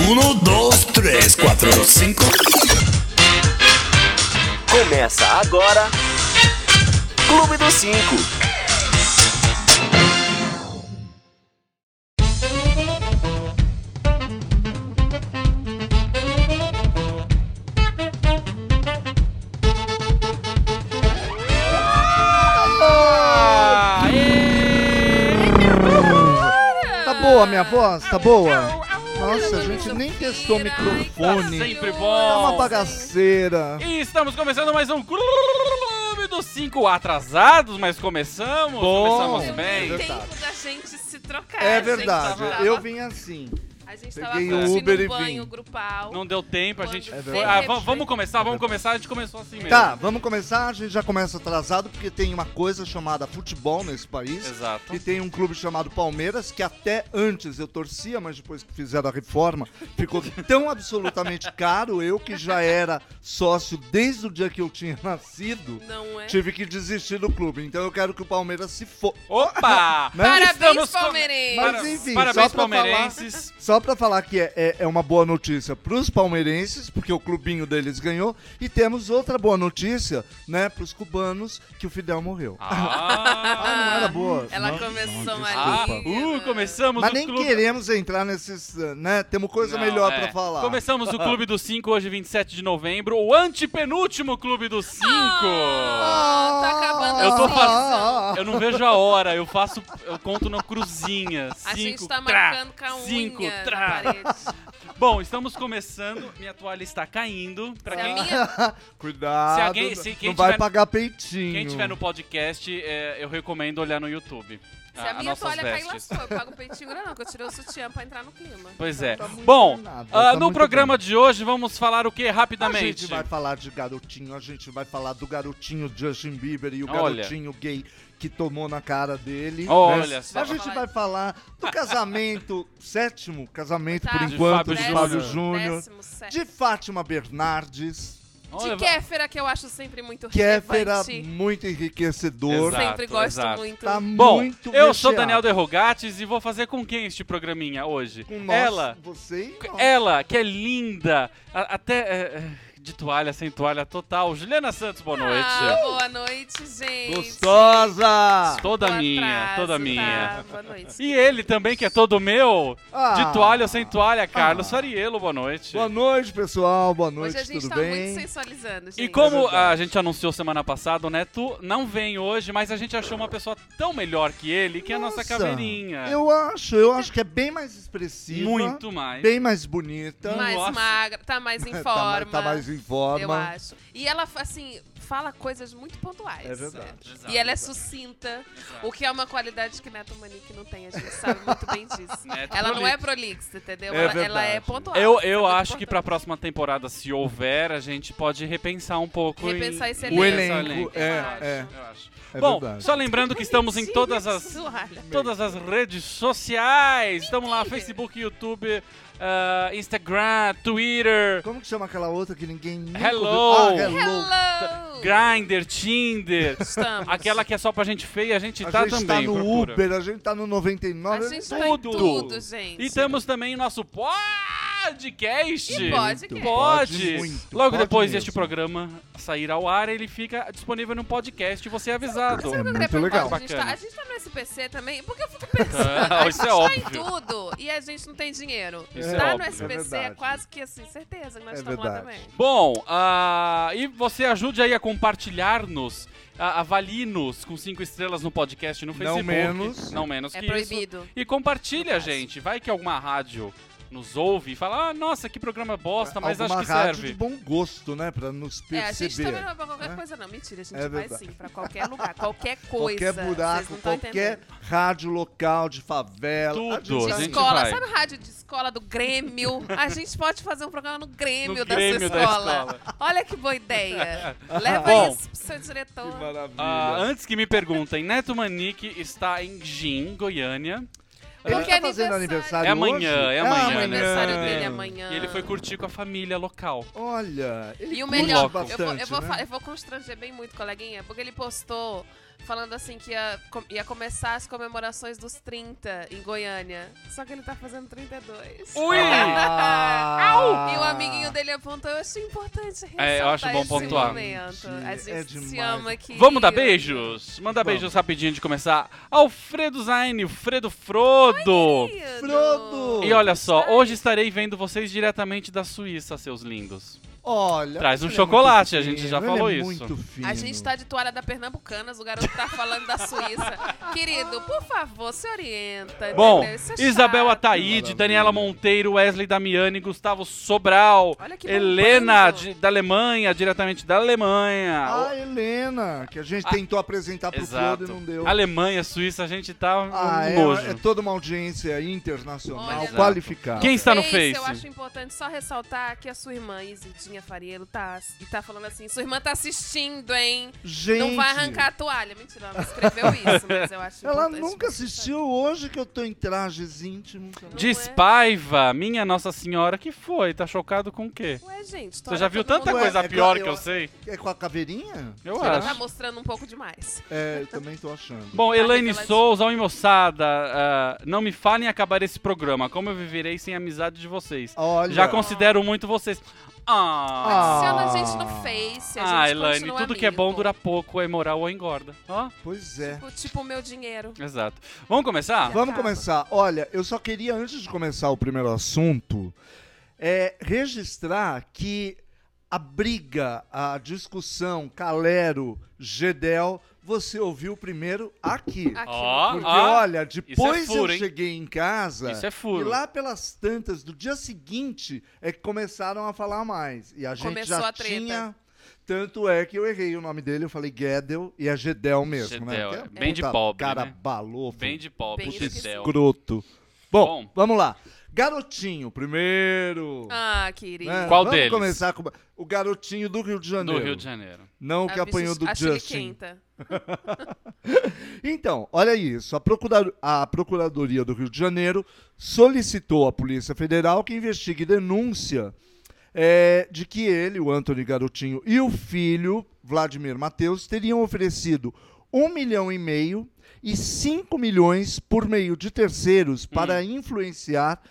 1, 2, 3, 4, 5. Começa agora Clube dos 5. Tá boa a minha voz? Tá boa? Nossa, a gente nem testou o microfone. Tá sempre Tá bom. uma bagaceira. E estamos começando mais um Clube dos 5 atrasados, mas começamos. Bom. Começamos bem. É Tempo verdade. da gente se trocar. É a gente verdade, tava- eu vim assim. A gente Peguei tava o curtindo Uber e um banho vim. grupal. Não deu tempo, a gente Quando foi. de Ah, repente- vamos começar, a gente começou assim mesmo. Tá, vamos começar. A gente já começa atrasado porque tem uma coisa chamada futebol nesse país. Exato. E tem um clube chamado Palmeiras, que até antes eu torcia, mas depois que fizeram a reforma, ficou tão absolutamente caro. Eu que já era sócio desde o dia que eu tinha nascido, Não é? tive que desistir do clube. Então eu quero que o Palmeiras se for. Opa! Né? Parabéns, Estamos com- palmeirense! Mas enfim, Parabéns, só pra palmeirenses. Só pra falar que é uma boa notícia pros palmeirenses, porque o clubinho deles ganhou, e temos outra boa notícia, né, pros cubanos, que o Fidel morreu. Não era boa. Ela Não, começou não, Ah, desculpa. começamos Mas o nem clube. queremos entrar nesses, né, temos coisa Não, melhor é. pra falar. Começamos o Clube dos 5 hoje, 27 de novembro, o antepenúltimo Clube dos 5. Tá acabando Eu tô assim. fazendo. Eu não vejo a hora, eu conto na cruzinha. A gente 5, tá marcando com a unha 5, na parede. Bom, estamos começando. Minha toalha está caindo. Pra Se a quem, minha- Cuidado, Se alguém- se quem não vai tiver- pagar peitinho. quem tiver no podcast, eu recomendo olhar no YouTube. Se a minha nossas toalha cair, vestes. lascou. Eu pago o peitinho não, que eu tirei o sutiã pra entrar no clima. Pois é. Tá muito Bom, nada, tá no muito programa bem. de hoje vamos falar o que A rapidamente? gente vai falar de garotinho, a gente vai falar do garotinho Justin Bieber e o Olha. garotinho gay que tomou na cara dele. Olha né? só. A gente vai falar do casamento, sétimo casamento por Oitavo. enquanto, De de Fábio Fábio Júnior, 17º. de Fátima Bernardes, Olha, De Kéfera, que eu acho sempre muito Kéfera, relevante. muito enriquecedor. Exato. Sempre gosto exato. muito. Tá Bom, muito eu sou recheado. Daniel Derrogates e vou fazer com quem este programinha hoje? Com nós, Ela, você e nós. ela que é linda, até de toalha, sem toalha total. Juliana Santos, boa noite. Boa noite, gente. Gostosa! Toda Do minha, atraso, toda tá? minha. Boa noite. E ele também, que é todo meu, Ah. de toalha ou sem toalha, Carlos Fariello, boa noite. Boa noite, pessoal, boa noite, Hoje a gente tudo tá bem? muito sensualizando, gente. E como É verdade. a gente anunciou semana passada, o Neto não vem hoje, mas a gente achou uma pessoa tão melhor que ele, que é a nossa Nossa, caveirinha. Eu acho que é bem mais expressiva. Muito mais. Bem mais bonita. Mais Nossa. magra, tá mais em Tá forma. tá mais em forma. Eu acho. E ela, assim, fala coisas muito pontuais. É verdade. né? Exato. E ela é sucinta, o que é uma qualidade que Neto Manique não tem, a gente sabe muito bem disso. Neto Ela não é prolixa. prolixa, entendeu? É Ela verdade. é pontual. Eu Isso é acho muito que pra importante. próxima temporada, se houver, a gente pode repensar um pouco. Repensar esse O elenco. elenco, Eu acho. Eu acho. É Bom, verdade. só lembrando que estamos em todas as redes sociais. Estamos lá, Facebook, YouTube, Instagram, Twitter, Como que chama aquela outra que ninguém nunca Hello. ouviu? Ah, Hello. Hello! Grindr, Tinder. Estamos. Aquela que é só pra gente feia, a gente A tá gente também. tá no procura. Uber, a gente tá no 99. A gente tá em tudo, gente. E temos também o nosso podcast. E podcast. Pode. muito, Logo pode depois mesmo. deste programa sair ao ar, ele fica disponível no podcast e você é avisado. Sabe o que eu queria muito perguntar? legal. A gente tá no SPC também, porque eu fico pensando, a Isso gente é tá óbvio. em tudo e a gente não tem dinheiro. Isso é Tá no óbvio. É SPC é verdade. quase que assim, certeza que nós É estamos lá verdade. também. Bom, e você ajude aí a compartilhar-nos, avalie-nos com 5 estrelas no podcast no Facebook. Não menos É que proibido. isso. E compartilha, gente. Vai que alguma rádio nos ouve e fala, nossa, que programa bosta, mas Alguma acho que rádio serve. de bom gosto, né? Pra nos É, a gente também perceber. não vai pra qualquer né? coisa, não. Mentira, a gente É vai verdade. sim, pra qualquer lugar, qualquer coisa. Qualquer Vocês buraco, não tão qualquer entendendo. rádio local de favela. Tudo, De a gente escola, vai. sabe a rádio de escola do Grêmio? A gente pode fazer um programa no Grêmio, No da Grêmio sua da escola. escola. Olha que boa ideia. Leva Bom. isso pro seu diretor. Que maravilha. Antes que me perguntem, Neto Manique está em Gin, Goiânia. Ele Porque tá fazendo aniversário É amanhã, hoje? é amanhã, O né? aniversário dele é amanhã. E ele foi curtir com a família local. Olha, ele E o curte melhor, bastante, eu vou né? eu vou constranger bem muito, coleguinha, porque ele postou falando assim que ia começar as comemorações dos 30 em Goiânia. Só que ele tá fazendo 32. Ui! E o amiguinho dele apontou, eu achei importante ressaltar Eu acho bom esse pontuar. momento. A gente se demais. ama aqui. Vamos dar beijos? Manda Vamos. beijos rapidinho de começar. Alfredo Zaine, o Fredo Frodo. Querido. Frodo! E olha só, hoje estarei vendo vocês diretamente da Suíça, seus lindos. Olha, Traz um ele é chocolate, muito a gente já fino, falou ele é isso. Muito fino. A gente tá de toalha da Pernambucanas, o garoto tá falando da Suíça. Querido, por favor, se orienta. Bom, entendeu? Isso é Isabel chato. Ataíde, Maravilha. Daniela Monteiro, Wesley Damiani, Gustavo Sobral, Olha que Helena bombando. da Alemanha, diretamente da Alemanha. A Helena, que a gente tentou apresentar pro Exato. Frodo e não deu. Alemanha, Suíça, a gente tá Ah, nojo. é toda uma audiência internacional Olha, qualificada. Quem está no Face, eu Face? acho importante só ressaltar que a sua irmã, Isidinha Fariello, tá falando assim, sua irmã tá assistindo, hein? Gente, Não vai arrancar a toalha. Mentira, ela não escreveu isso, mas eu acho ela importante nunca você assistiu hoje que eu tô em trajes íntimos. Não Diz é? Paiva, minha Nossa Senhora, que foi? Tá chocado com o quê? Ué, gente, Você já viu todo tanta mundo- coisa Ué, é pior claro, que eu sei? É com a caveirinha? Eu Ela tá acho. mostrando um pouco demais. É, eu também tô achando. Bom, Tá Elaine reveladinho. Souza, oi moçada, não me falem acabar esse programa, como eu viverei sem a amizade de vocês. Olha, Já considero muito vocês. Adiciona a gente no Face, a gente Elaine, continua tudo que é bom amigo. dura pouco, é moral ou engorda. Ó, pois é. Tipo o meu dinheiro. exato. Vamos começar? Vamos acaba. começar. Olha, eu só queria, antes de começar o primeiro assunto, registrar que a briga, a discussão, Calero, Gedel, você ouviu primeiro aqui. Aqui Ó, no Porque, ó, olha, depois furo, eu hein? cheguei em casa Isso é furo. e lá pelas tantas do dia seguinte é que começaram a falar mais. E a gente Começou já a treta. tinha... Tanto é que eu errei o nome dele, eu falei Gedel e é Gedel mesmo, Gedel, né? é. Bem de puta pobre, cara né? balofo, Bem de pobre, Bem Gisele. escroto. Bom, Bom. vamos lá. Garotinho, primeiro. Ah, querido. né? Qual Vamos deles? começar com o garotinho do Rio de Janeiro. Do Rio de Janeiro. Não o que A apanhou do a Justin. chiliquenta. Então, olha isso. A Procuradoria do Rio de Janeiro solicitou à Polícia Federal que investigue denúncia de que ele, o Antony Garotinho, e o filho, Vladimir Mateus, teriam oferecido 1,5 milhão e 5 milhões por meio de terceiros para influenciar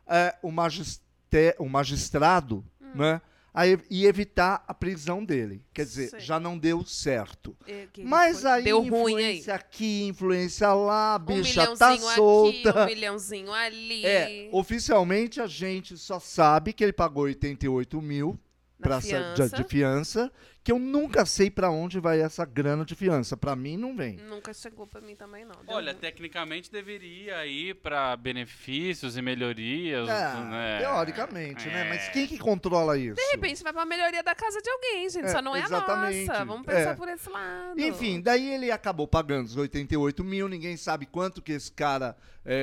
o magistrado, né, e evitar a prisão dele. Quer dizer, Sei. já não deu certo. Que Mas foi- aí, deu ruim aí. influência aqui, influência lá, a Um bicha tá milhãozinho solta. aqui, um milhãozinho ali. Oficialmente a gente só sabe que ele pagou 88 mil Na de fiança, que eu nunca sei pra onde vai essa grana de fiança. Pra mim não vem. Nunca chegou pra mim também, não. Deu Olha, ruim. tecnicamente deveria ir para benefícios e melhorias. né? Teoricamente, né? Mas quem que controla isso? De repente vai pra melhoria da casa de alguém, gente. Só não é a exatamente. nossa. Vamos pensar É. por esse lado. Enfim, daí ele acabou pagando os 88 mil, ninguém sabe quanto que esse cara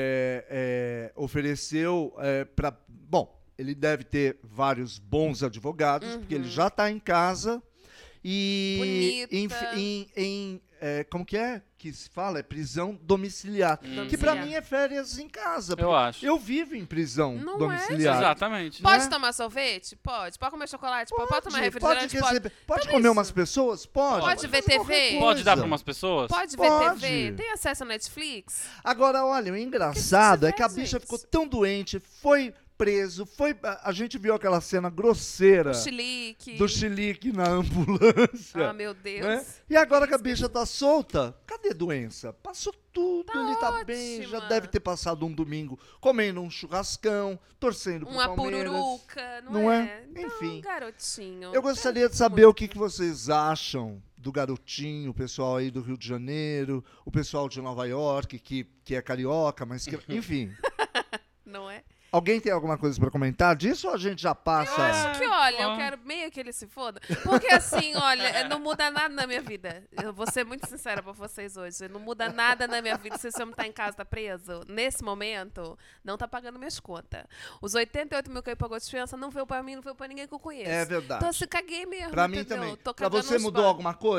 ofereceu para... Bom, ele deve ter vários bons advogados, porque ele já está em casa e Bonita. como que é que se fala? É prisão domiciliar. Que pra Domiciliar. mim é férias em casa. Eu porque acho. Eu vivo em prisão Não é, domiciliar. Exatamente. Pode né? tomar sorvete? Pode. Pode comer chocolate? Pode tomar Pode refrigerante? Pode. pode Tudo comer isso. umas pessoas? Pode. Pode ver fazer qualquer TV? Pode dar coisa. para umas pessoas? Pode ver Pode. TV? Tem acesso a Netflix? Agora, olha, o engraçado é que a faz, bicha gente? ficou tão doente, foi preso, a gente viu aquela cena grosseira O chilique. do chilique na ambulância. Ah, meu Deus. né? E agora que a bicha tá solta, cadê doença? Passou tudo, ele tá bem, já ótima. deve ter passado um domingo comendo um churrascão, torcendo pro Uma Palmeiras. pururuca, Não é? é? Então, Enfim. garotinho. Eu gostaria de saber o que vocês acham do garotinho, o pessoal aí do Rio de Janeiro, o pessoal de Nova York, que é carioca, mas que, enfim. Não é? Alguém tem alguma coisa pra comentar disso ou a gente já passa? Eu acho que, olha, eu Ah. quero meio que ele se foda. Porque assim, olha, não muda nada na minha vida. Eu vou ser muito sincera pra vocês hoje. Não muda nada na minha vida se esse homem tá em casa, tá preso. Nesse momento, não tá pagando minhas contas. Os 88 mil que ele pagou de fiança não veio pra mim, não veio pra ninguém que eu conheço. É verdade. Então, assim, caguei mesmo. Pra mim entendeu? também. Tô Pra cagando você nos mudou bancos. alguma coisa?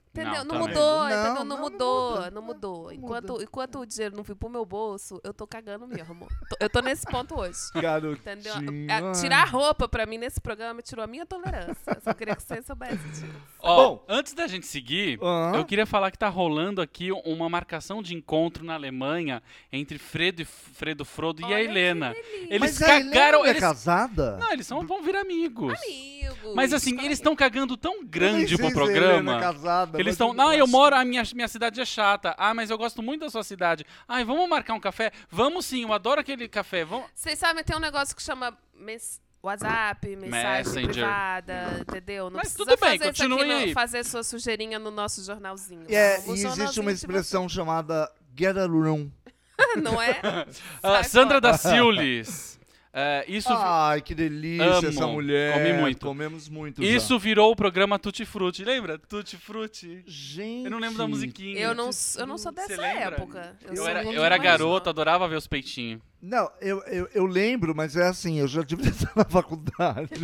Entendeu? Não também. mudou, Não, entendeu? não Não muda. mudou. muda. Enquanto o dinheiro não vir pro meu bolso, eu tô cagando mesmo. Eu tô nesse ponto hoje. Entendeu? Garotinho. Tirar a roupa pra mim nesse programa tirou a minha tolerância. Eu só queria que você soubesse disso. Ó, Bom. antes da gente seguir, Aham. eu queria falar que tá rolando aqui uma marcação de encontro na Alemanha entre Fredo Frodo e a Olha que Helena. delícia. Eles Mas a Helena cagaram. não é Eles... casada? Não, eles vão vir amigos. Amigos. Mas assim, eles estão cagando tão grande pro Eu nem sei se a programa. Helena é casada, Que eles mas estão. eu Não, eu acho moro, a minha cidade é chata. Ah, mas eu gosto muito da sua cidade. Ai, vamos marcar um café? Vamos sim, eu adoro aquele café. Vamos. Vocês sabem, tem um negócio que chama WhatsApp, mensagem Messenger. privada, entendeu? Não Mas precisa tudo bem, fazer isso continuem aqui aí. Fazer sua sujeirinha no nosso jornalzinho. E O existe jornalzinho uma de expressão chamada get a room. você. Não é? Ah, Sai Sandra fora. da Ciulis. Isso. Ai, que delícia Amo. essa mulher. Comi muito. Comemos muito Isso virou o programa Tutti Frutti, lembra? Tutti Frutti. já. Gente. Eu não lembro da musiquinha. Eu não sou Você dessa lembra? época. Eu sou era, muito eu era mais garoto, nova. adorava ver os peitinhos. Não, eu lembro, mas é assim, eu já devia estar na faculdade.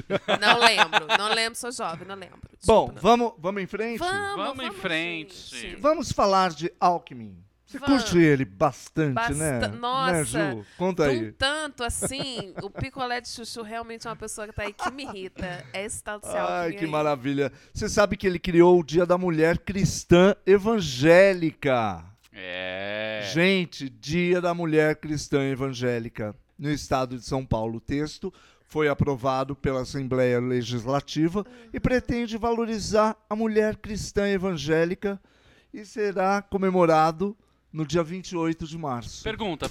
Não lembro, sou jovem, não lembro. Bom, Desculpa, não. vamos em frente? Vamos em frente. gente. Vamos falar de Alckmin. Você Vamos. curte ele bastante, né? Nossa, Né, Ju? Conta aí. tanto assim, o picolé de chuchu realmente é uma pessoa que tá aí que me irrita. É esse tal de Ai, Alckmin que aí. maravilha. Você sabe que ele criou o Dia da Mulher Cristã Evangélica. É. Gente, Dia da Mulher Cristã Evangélica. No estado de São Paulo, o texto foi aprovado pela Assembleia Legislativa e pretende valorizar a mulher cristã evangélica e será comemorado no dia 28 de março. Pergunta.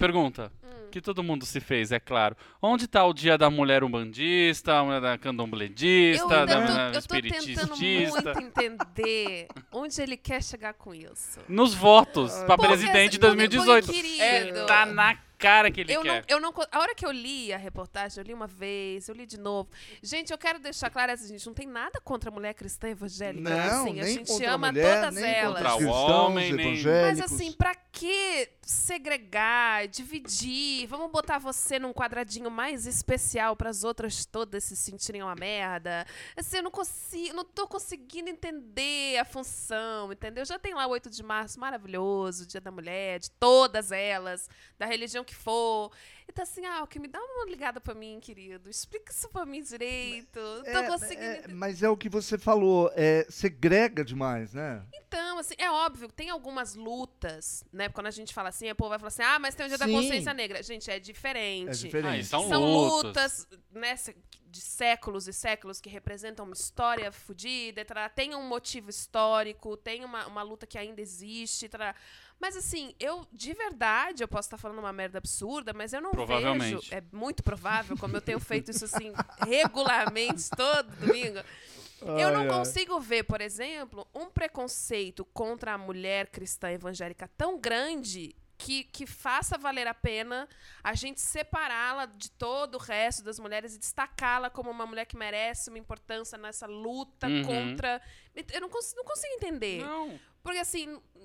Que todo mundo se fez, é claro. Onde tá o dia da mulher umbandista, a mulher da candombledista, da mulher eu tô tentando espiritista? muito entender onde ele quer chegar com isso. Nos votos pra Porque, presidente de assim, 2018. meu querido, É, tá na cara que ele quer. A hora que eu li a reportagem, eu li uma vez, eu li de novo. Gente, eu quero deixar claro assim, a gente não tem nada contra a mulher cristã evangélica. Não, assim, a nem gente contra a ama mulher, todas nem elas. contra os Contra o cristãos, homem, nem- evangélicos. Mas assim, pra que segregar, dividir? Vamos botar você num quadradinho mais especial para as outras todas se sentirem uma merda? Assim, eu não tô conseguindo entender a função, entendeu? Já tem lá o 8 de março, maravilhoso, Dia da Mulher, de todas elas, da religião que for. Então assim, que me dá uma ligada pra mim, querido. Explica isso pra mim direito. Não tô conseguindo entender. Mas é o que você falou, segrega demais, né? Então, assim, é óbvio que tem algumas lutas, né? Quando a gente fala assim, a povo vai falar assim, mas tem o Dia da Sim. Consciência Negra. Gente, é diferente. É diferente. São São lutas. né, de séculos e séculos que representam uma história fodida, tem um motivo histórico, tem uma luta que ainda existe. Mas assim, de verdade, eu posso estar falando uma merda absurda, mas eu não Provavelmente. vejo, é muito provável, como eu tenho feito isso assim regularmente todo domingo. Eu não consigo ver, por exemplo, um preconceito contra a mulher cristã evangélica tão grande que faça valer a pena a gente separá-la de todo o resto das mulheres e destacá-la como uma mulher que merece uma importância nessa luta contra... Eu não consigo entender. Não. Porque assim,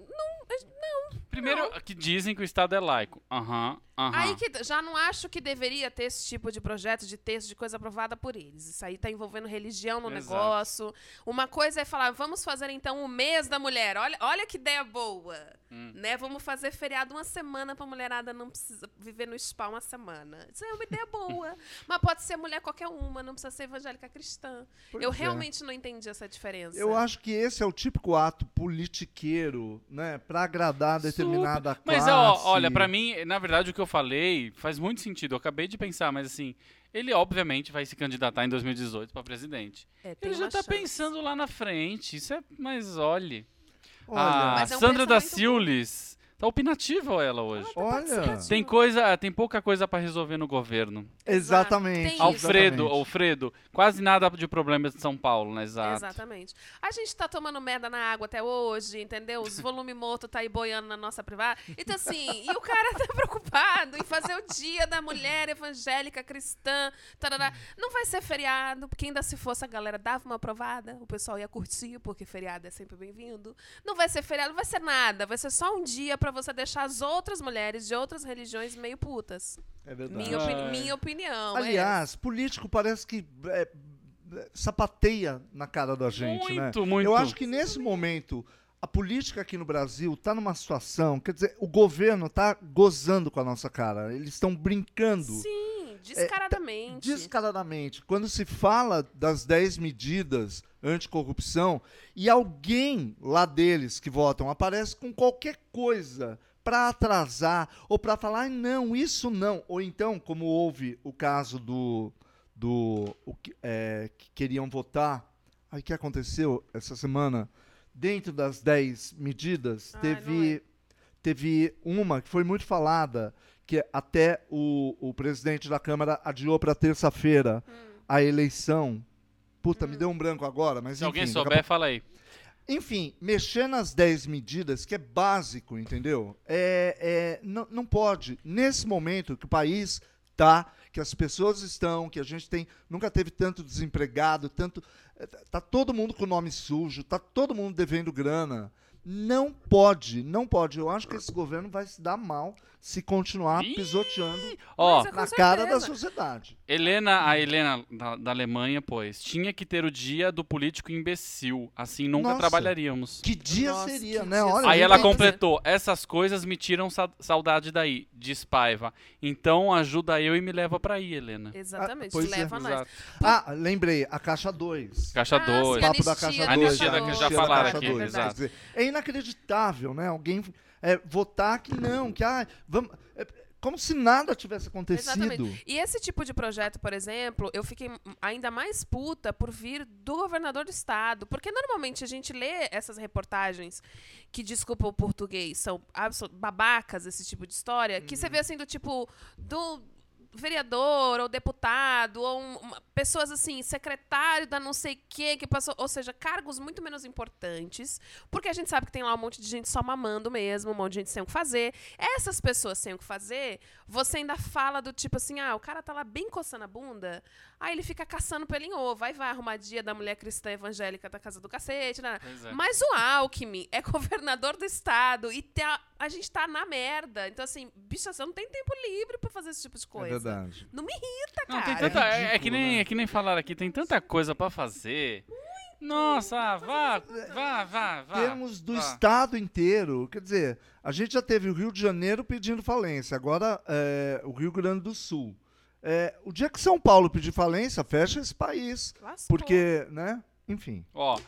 Primeiro, que dizem que o Estado é laico. aí que já não acho que deveria ter esse tipo de projeto, de texto, de coisa aprovada por eles. Isso aí tá envolvendo religião no Exato. negócio. Uma coisa é falar, vamos fazer então o mês da mulher. Olha que ideia boa. Né? Vamos fazer feriado uma semana pra mulherada não precisa viver no spa uma semana. Isso é uma ideia boa. Mas pode ser mulher qualquer uma, não precisa ser evangélica cristã. Eu realmente não entendi essa diferença. Eu acho que esse é o típico ato politiqueiro, né? Pra agradar determinada Mas, classe. olha, pra mim, na verdade, o que eu falei faz muito sentido. Eu acabei de pensar, mas assim, ele obviamente vai se candidatar em 2018 pra presidente. Tem Ele já uma tá chance. pensando lá na frente. Isso é... Mas olhe... Olha, A Mas é um Sandra da pensamento Ciulis tá opinativa ela hoje. olha. Tem pouca coisa pra resolver no governo. Exatamente. Tem Alfredo, exatamente. Alfredo, quase nada de problemas de São Paulo, né? Exato. Exatamente. A gente tá tomando merda na água até hoje, entendeu? Os volumes mortos tá aí boiando na nossa privada. Então, assim, e o cara tá preocupado em fazer o Dia da Mulher Evangélica Cristã. Tarará. Não vai ser feriado, porque ainda se fosse a galera dava uma aprovada, o pessoal ia curtir, porque feriado é sempre bem-vindo. Não vai ser feriado, não vai ser nada. Vai ser só um dia pra você deixar as outras mulheres de outras religiões meio putas. É verdade. Minha opinião. Aliás, político parece que sapateia na cara da gente, né? Muito. Eu acho que nesse momento a política aqui no Brasil está numa situação, quer dizer, o governo está gozando com a nossa cara. Eles estão brincando. Sim, descaradamente. Descaradamente. Quando se fala das 10 medidas anticorrupção e alguém lá deles que votam aparece com qualquer coisa para atrasar ou para falar, não, isso não. Ou então, como houve o caso que queriam votar, aí o que aconteceu essa semana? Dentro das 10 medidas, teve uma que foi muito falada, que até o presidente da Câmara adiou para terça-feira a eleição. Puta, me deu um branco agora, mas enfim. Se alguém souber, fala aí. Enfim, mexer nas 10 medidas, que é básico, entendeu? Não pode. Nesse momento que o país tá, que as pessoas estão, que a gente nunca teve tanto desempregado, tá todo mundo com o nome sujo, tá todo mundo devendo grana. Não pode. Eu acho que esse governo vai se dar mal se continuar pisoteando na cara da sociedade. A Helena da Alemanha, tinha que ter o dia do político imbecil. Assim nunca trabalharíamos. Que dia seria, né? Olha, aí ela completou, essas coisas me tiram saudade daí, diz Paiva. Então ajuda eu e me leva pra aí, Helena. Exatamente, leva nós. Lembrei, a Caixa 2. Caixa 2. Papo da Caixa 2. Anistia que já falaram aqui, exato. Dizer, é inacreditável, né? Alguém votar que não, que vamos... Como se nada tivesse acontecido. Exatamente. E esse tipo de projeto, por exemplo, eu fiquei ainda mais puta por vir do governador do estado. Porque normalmente a gente lê essas reportagens que, desculpa o português, são babacas, esse tipo de história, que você vê assim do tipo... do vereador ou deputado ou pessoas assim, secretário da não sei que passou, ou seja, cargos muito menos importantes, porque a gente sabe que tem lá um monte de gente só mamando mesmo, um monte de gente sem o que fazer. Essas pessoas sem o que fazer, você ainda fala do tipo assim, o cara tá lá bem coçando a bunda, aí ele fica caçando pelo em ovo, vai arrumar dia da mulher cristã evangélica da casa do cacete, né? Mas o Alckmin é governador do estado e a gente tá na merda. Então assim, bicho, você não tem tempo livre pra fazer esse tipo de coisa. É verdade. Não me irrita, cara. Não, tem tanta, é que nem falaram aqui, tem tanta coisa pra fazer. Nossa, vá. Temos do estado inteiro. Quer dizer, a gente já teve o Rio de Janeiro pedindo falência, agora o Rio Grande do Sul. O dia que São Paulo pedir falência, fecha esse país. Lascou. Porque, né? Enfim.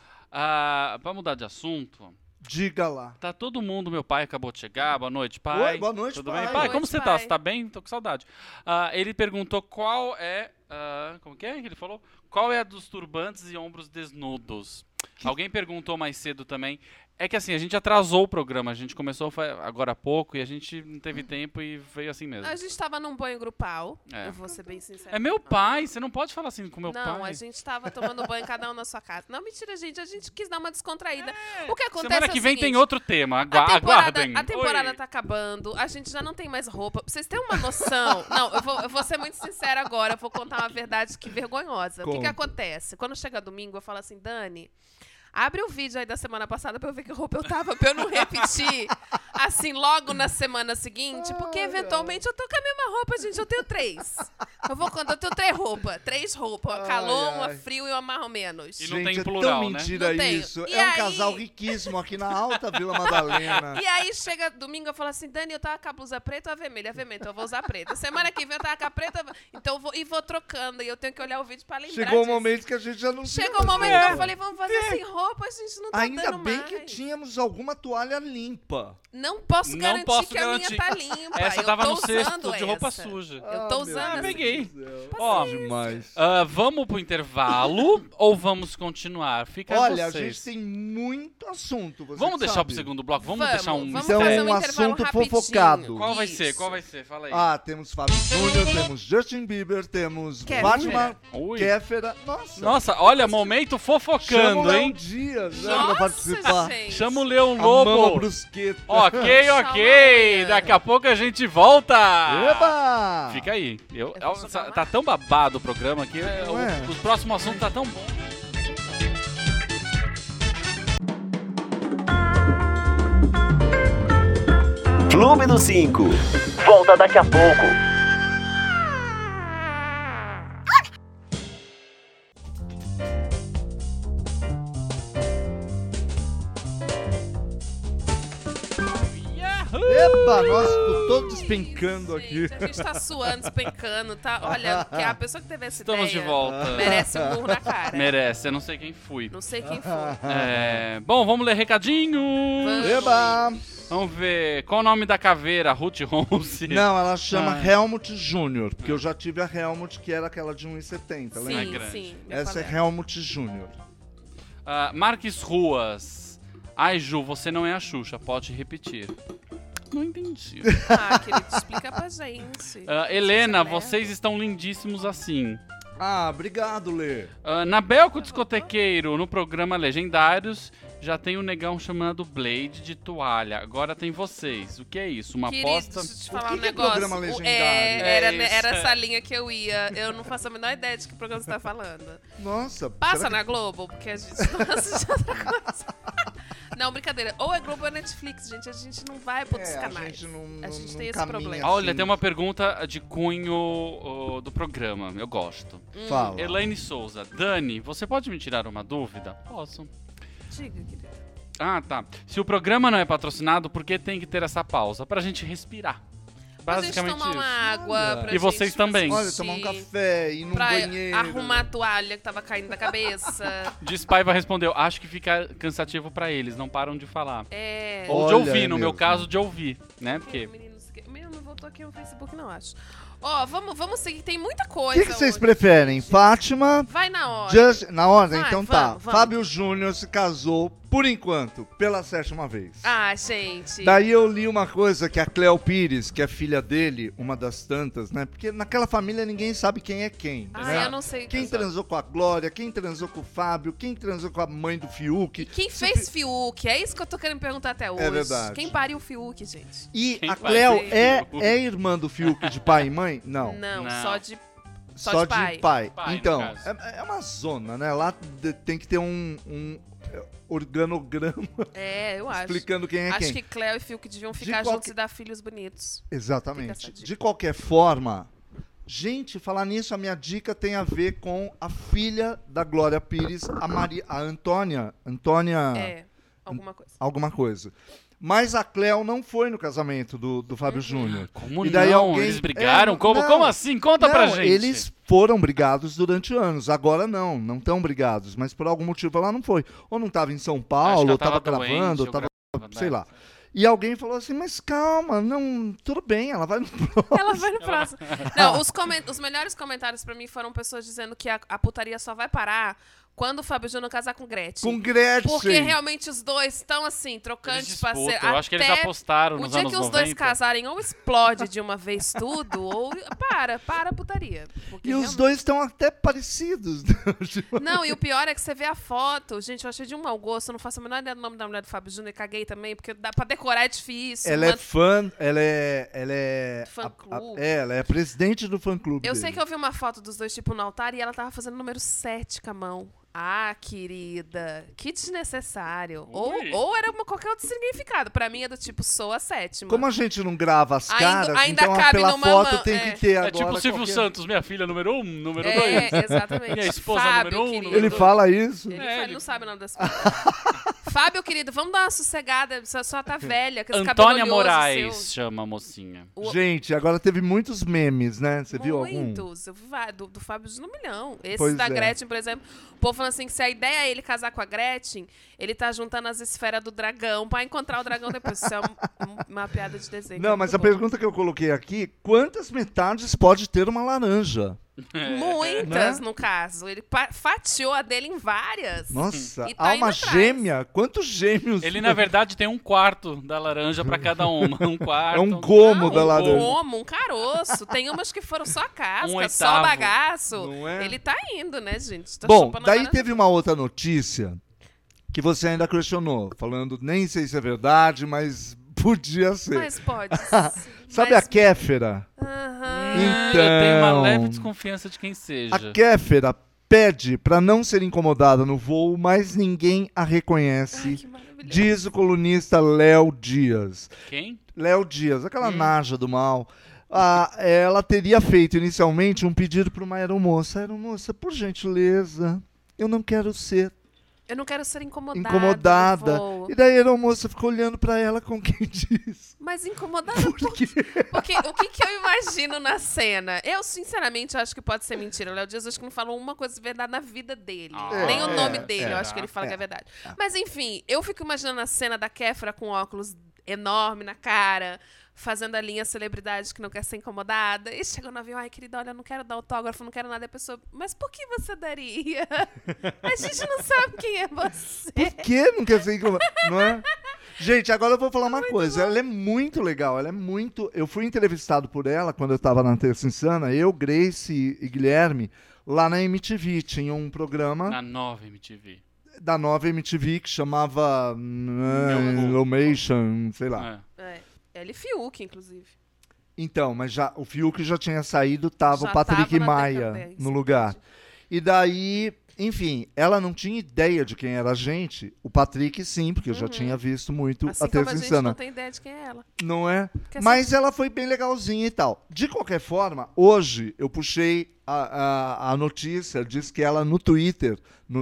Pra mudar de assunto... Diga lá. Tá todo mundo, meu pai acabou de chegar. Boa noite, pai. Oi, boa noite, tudo pai. bem? Pai, como você tá? Pai. Você tá bem? Tô com saudade. Ele perguntou qual é... como que é que ele falou? Qual é a dos turbantes e ombros desnudos? Alguém perguntou mais cedo também. É que assim, a gente atrasou o programa. A gente começou agora há pouco e a gente não teve tempo e veio assim mesmo. A gente tava num banho grupal. Eu vou ser bem sincera. É meu pai, você não pode falar assim com meu pai. Não, a gente tava tomando banho cada um na sua casa. Não, mentira, gente. A gente quis dar uma descontraída. O que acontece Semana que vem seguinte, tem outro tema. Aguardem. A temporada tá acabando. A gente já não tem mais roupa. Pra vocês terem uma noção... Não, eu vou ser muito sincera agora. Eu vou contar uma verdade que vergonhosa. O que acontece? Quando chega domingo, eu falo assim, Dani... Abre o vídeo aí da semana passada pra eu ver que roupa eu tava, pra eu não repetir, assim, logo na semana seguinte, porque eventualmente eu tô com a mesma roupa, gente, eu tenho 3. Eu tenho 3 roupas, 3 roupas, uma calor, uma frio e uma mais ou menos. E não gente, tem plural, é tão mentira né? isso. E é um aí... casal riquíssimo aqui na Alta Vila Madalena. E aí chega domingo, eu falo assim, Dani, eu tava com a blusa preta ou a vermelha? A vermelha, então eu vou usar a preta. Semana que vem eu tava com a preta, então eu vou trocando, e eu tenho que olhar o vídeo pra lembrar Chegou disso. um momento que a gente já não Chegou um momento que eu falei, vamos fazer sem roupa, a gente não tá Ainda dando bem mais. que tínhamos alguma toalha limpa. Não posso garantir que a minha tá limpa. Essa eu tava tô no cesto usando de roupa essa. suja. Eu tô usando essa. Peguei. Ó, demais. Vamos pro intervalo ou vamos continuar? Fica a Olha, a vocês. gente tem muito assunto. Você Vamos deixar sabe. pro segundo bloco? Vamos deixar um... Vamos Então, fazer um intervalo assunto rapidinho. fofocado. Qual vai Isso. ser? Qual vai ser? Fala aí. Temos Fábio Júnior, temos Justin Bieber, temos Kéfera. Fátima Ui. Kéfera. Nossa, olha, momento Chama o fofocando, Léo hein? Dias, né, Nossa, pra participar. gente. Chama o Leão A Mama Lobo. Brusqueta. Ok. amanhã. Daqui a pouco a gente volta. Eba! Fica aí. vou soltar Tá tão babado o programa que Não é? os próximos assuntos tá tão bom. Clube do 5. Volta daqui a pouco. Eba, nossa, tô todo despencando aqui. Gente, a gente tá suando, despencando, tá? Olha, que a pessoa que teve essa Estamos ideia de volta. merece um murro na cara. Merece, eu não sei quem fui. Não sei quem foi. Bom, vamos ler recadinho. Eba! Vamos ver. Qual o nome da caveira? Ruth Rose? Não, ela chama Ah. Helmut Jr., porque eu já tive a Helmut, que era aquela de 1,70, lembra? Sim, grande. sim. meu Essa é colega. Helmut Jr. Marques Ruas. Ai, Ju, você não é a Xuxa. Pode repetir. Não entendi. Ah, querido, explica pra gente. Helena, Xuxa vocês estão lindíssimos assim. Ah, obrigado, Lê. Na Belco Discotequeiro, no programa Legendários, já tem um negão chamado Blade de toalha. Agora tem vocês. O que é isso? Uma Querido, aposta? deixa eu te falar que um que é negócio. programa legendário? É isso. Era essa linha que eu ia. Eu não faço a menor ideia de que programa você tá falando. Nossa, Passa será na Globo, porque a gente não assiste outra coisa. Não, brincadeira. Ou é Globo ou é Netflix, gente. A gente não vai pra outros a canais. gente não A gente não tem esse caminha problema. Olha, assim. tem uma pergunta de cunho do programa. Eu gosto. Fala. Elaine Souza. Dani, você pode me tirar uma dúvida? Posso. Diga, querido. Ah, tá. Se o programa não é patrocinado, por que tem que ter essa pausa? Pra gente respirar. Pra gente Basicamente tomar uma isso. água, Olha. pra E vocês gente também. Olha, assistir, tomar um café, ir num pra banheiro. arrumar a toalha que tava caindo da cabeça. Diz Paiva respondeu, acho que fica cansativo pra eles, não param de falar. É. Ou de Olha, ouvir, é no meu mesmo. caso, de ouvir, né? Porque O menino não voltou aqui no Facebook, não acho. Ó, vamos seguir, tem muita O coisa. que vocês hoje. preferem? Fátima, Vai na hora. Na ordem? Vai, Então tá. vamos. Fábio Júnior se casou, por enquanto, pela 7ª vez. Ah, gente. Daí eu li uma coisa que a Cleo Pires, que é filha dele, uma das tantas, né? Porque naquela família ninguém sabe quem é quem. Ah, né? eu não sei. Quem transou com a Glória, quem transou com o Fábio, quem transou com a mãe do Fiuk. Quem fez Fiuk? É isso que eu tô querendo perguntar até hoje. verdade. Quem pariu o Fiuk, gente? E Quem a vai Cleo ser Fiuk? é irmã do Fiuk de pai e mãe? Não. Não, Não. só de Só de pai. de pai. Pai, no Então, caso. é uma zona, né? Lá tem que ter um organograma É, eu acho. explicando quem é Acho quem. que Cleo e Fiuk deviam De ficar qualquer- juntos e dar filhos bonitos. Fica Exatamente. essa dica. De qualquer forma, gente, falar nisso, a minha dica tem a ver com a filha da Glória Pires, a Antônia. Antônia É, alguma coisa. alguma coisa. Mas a Cleo não foi no casamento do Fábio Júnior. como E daí não? alguém- Eles brigaram? É, como, não. como assim? Conta pra Não, gente. eles foram brigados durante anos. Agora não estão brigados. Mas por algum motivo ela não foi. Ou não estava em São Acho que Paulo, ela ou estava tava doente, gravando, ou ou estava, gravando, sei né? lá. E alguém falou assim, mas calma, não, tudo bem, ela vai no próximo. Ela vai no próximo. Não, os melhores comentários pra mim foram pessoas dizendo que a putaria só vai parar quando o Fábio Júnior casar com Gretchen. Com Gretchen. Porque realmente os dois estão assim, trocando Eles de parceiro. disputam. Eu acho que eles apostaram O nos dia anos que os 90. dois casarem, ou explode de uma vez tudo, ou para a putaria. Porque E os realmente- dois estão até parecidos. Tipo, Não, e o pior é que você vê a foto. Gente, eu achei de um mau gosto. Eu não faço a menor ideia do nome da mulher do Fábio Júnior. Caguei também, porque pra decorar é difícil. ela é Uma- fã, ela é... Fã-clube. ela é presidente do fã-clube Eu dele. sei que eu vi uma foto dos dois, tipo, no altar, e ela tava fazendo o número 7 com a mão. Ah, querida, que desnecessário. Ui. Ou era qualquer outro significado. Pra mim é do tipo, sou a 7ª. Como a gente não grava as caras, ainda então cabe pela numa foto mão, tem é. que ter É agora... tipo o Silvio qualquer- Santos, minha filha número 1, número 2. É, exatamente. Minha esposa Fábio, número 1, querido. número Ele 2. fala isso? Ele não sabe o nome das coisas. Fábio, querido, vamos dar uma sossegada. Só tá velha, com esse Antônia cabelo oleoso Moraes seu. chama a mocinha. O- Gente, agora teve muitos memes, né? Você viu algum? Muitos. Eu vi do Fábio de 1 milhão. Esse Pois da é. Gretchen, por exemplo. O povo falando assim que se a ideia é ele casar com a Gretchen, ele tá juntando as esferas do dragão pra encontrar o dragão depois. Isso é uma piada de desenho. Não, mas a pergunta que eu coloquei aqui, quantas metades pode ter uma laranja? Muitas, Né? no caso. Ele fatiou a dele em várias. Nossa, E tá alma indo atrás. gêmea? Quantos gêmeos? Ele, na verdade, tem um quarto da laranja pra cada uma. Um quarto. É um gomo Não, da laranja. Um gomo, um caroço. Tem umas que foram só casca, Um só oitavo. bagaço. Não é? Ele tá indo, né, gente? Tá Bom, chupando a daí laranja. teve uma outra notícia que você ainda questionou, falando, nem sei se é verdade, mas podia ser. Mas pode. Sabe mas... a Kéfera? Aham. Então, Eu tenho uma leve desconfiança de quem seja. A Kéfera pede para não ser incomodada no voo, mas ninguém a reconhece, Ai, que maravilhoso. diz o colunista Léo Dias. Quem? Léo Dias, aquela naja do mal. Ela teria feito inicialmente um pedido para uma aeromoça. Aeromoça, por gentileza, eu não quero ser Eu não quero ser incomodada. incomodada. no voo. E daí a aeromoça ficou olhando pra ela com quem diz. Mas incomodada Por quê? Porque o que eu imagino na cena? Eu, sinceramente, acho que pode ser mentira. O Léo Dias acho que não falou uma coisa de verdade na vida dele. Nem o nome dele, eu acho que ele fala que é verdade. Mas, enfim, eu fico imaginando a cena da Kéfera com óculos enorme na cara, fazendo a linha celebridade que não quer ser incomodada. E chegou no avião, ai, querida, olha, eu não quero dar autógrafo, não quero nada. E a pessoa, mas por que você daria? A gente não sabe quem é você. Por que não quer ser incomodada? Não é? Gente, agora eu vou falar uma coisa. Ela é muito legal, ela é muito... Eu fui entrevistado por ela quando eu tava na Terça Insana, eu, Grace e Guilherme, lá na MTV. Tinha um programa... Na nova MTV. Da nova MTV que chamava Illumination, sei lá. Ele e Fiuk, inclusive. Então, mas já, o Fiuk já tinha saído, tava Já o Patrick tava na Maia decadência, no lugar. E daí, enfim, ela não tinha ideia de quem era a gente. O Patrick sim, porque eu já tinha visto muito Assim a como Terça a gente Insana. não tem ideia de quem é ela. Não é? Quer Mas ela foi bem legalzinha e tal. De qualquer forma, hoje eu puxei a notícia, diz que ela no Twitter,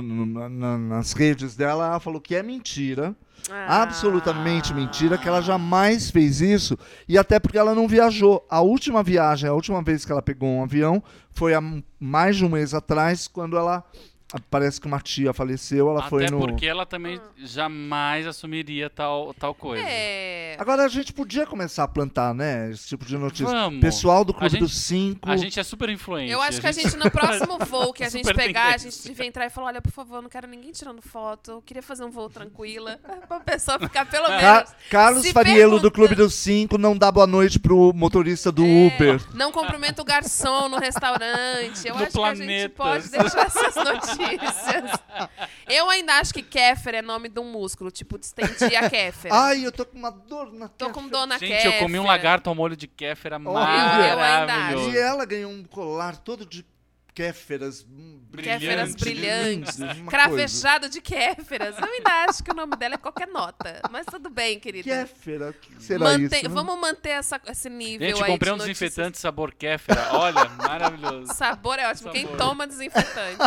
nas redes dela, ela falou que é mentira, absolutamente mentira, que ela jamais fez isso, e até porque ela não viajou. A última vez que ela pegou um avião foi há mais de um mês atrás, quando ela... Parece que uma tia faleceu, ela foi no... Até porque ela também jamais assumiria tal coisa. Agora a gente podia começar a plantar, né? Esse tipo de notícia. Vamos. Pessoal do A Clube gente- dos 5. A gente é super influente. Eu acho que a gente, no próximo voo que a gente Super pegar, a tendência. gente devia entrar e falar, olha, por favor, não quero ninguém tirando foto. Eu queria fazer um voo tranquila. Pra pessoa ficar pelo menos... Carlos se Fariello do perguntando- Clube dos 5 não dá boa noite pro motorista do Uber. Não cumprimenta o garçom no restaurante. Eu No acho que a gente Planeta. pode deixar essas notícias. Eu ainda acho que Kéfera é nome de um músculo, tipo, distendir a Kéfera. Ai, eu tô com uma dor na Tô com dor na Gente, Kéfera. eu comi um lagarto ao molho de kéfera eu ainda maravilhoso. E ela ganhou um colar todo de kéferas Kéferas brilhantes. uma Cravejado de Kéferas. Eu ainda acho que o nome dela é qualquer nota. Mas tudo bem, querida. Kéfera, o que será isso? Né? Vamos manter esse nível Gente, aí comprei um de notícias. desinfetante sabor kéfera. Olha, maravilhoso. Sabor é ótimo. Quem toma desinfetante?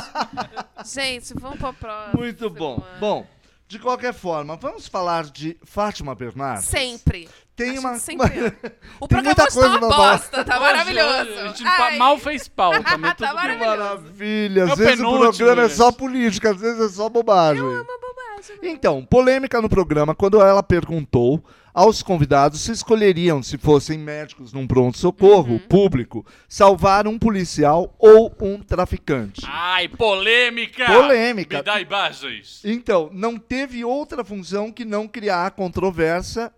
Gente, vamos pro próximo. Muito bom. Bom, de qualquer forma, vamos falar de Fátima Bernardes. Sempre. Tem Acho uma... que sempre. O Tem programa muita hoje tá uma coisa pra falar. bosta, tá maravilhoso. A gente Ai. mal fez pauta. Mas Tá tudo bem. maravilhoso. Maravilha. É Às o vezes o penúltimo, programa é gente. só política, às vezes é só bobagem. Uma bobagem. Então, polêmica no programa quando ela perguntou aos convidados se escolheriam, se fossem médicos num pronto-socorro público, salvar um policial ou um traficante. Ai, polêmica! Polêmica. Me dá imagens. Então, não teve outra função que não criar controvérsia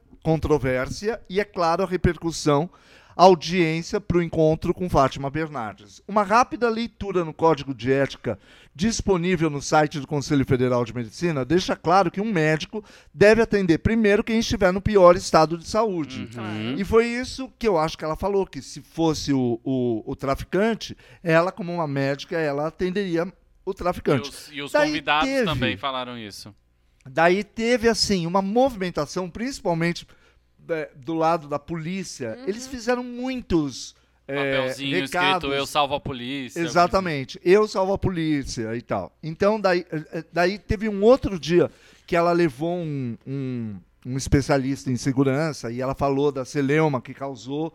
e, é claro, a repercussão, a audiência para o encontro com Fátima Bernardes. Uma rápida leitura no Código de Ética disponível no site do Conselho Federal de Medicina deixa claro que um médico deve atender primeiro quem estiver no pior estado de saúde. E foi isso que eu acho que ela falou, que se fosse o traficante, ela, como uma médica, ela atenderia o traficante. E os Daí convidados teve- também falaram isso. Daí teve, assim, uma movimentação, principalmente do lado da polícia. Eles fizeram muitos Papelzinho recados. escrito Eu Salvo a Polícia. Exatamente. Eu salvo a polícia e tal. Então, daí teve um outro dia que ela levou um especialista em segurança e ela falou da celeuma que causou...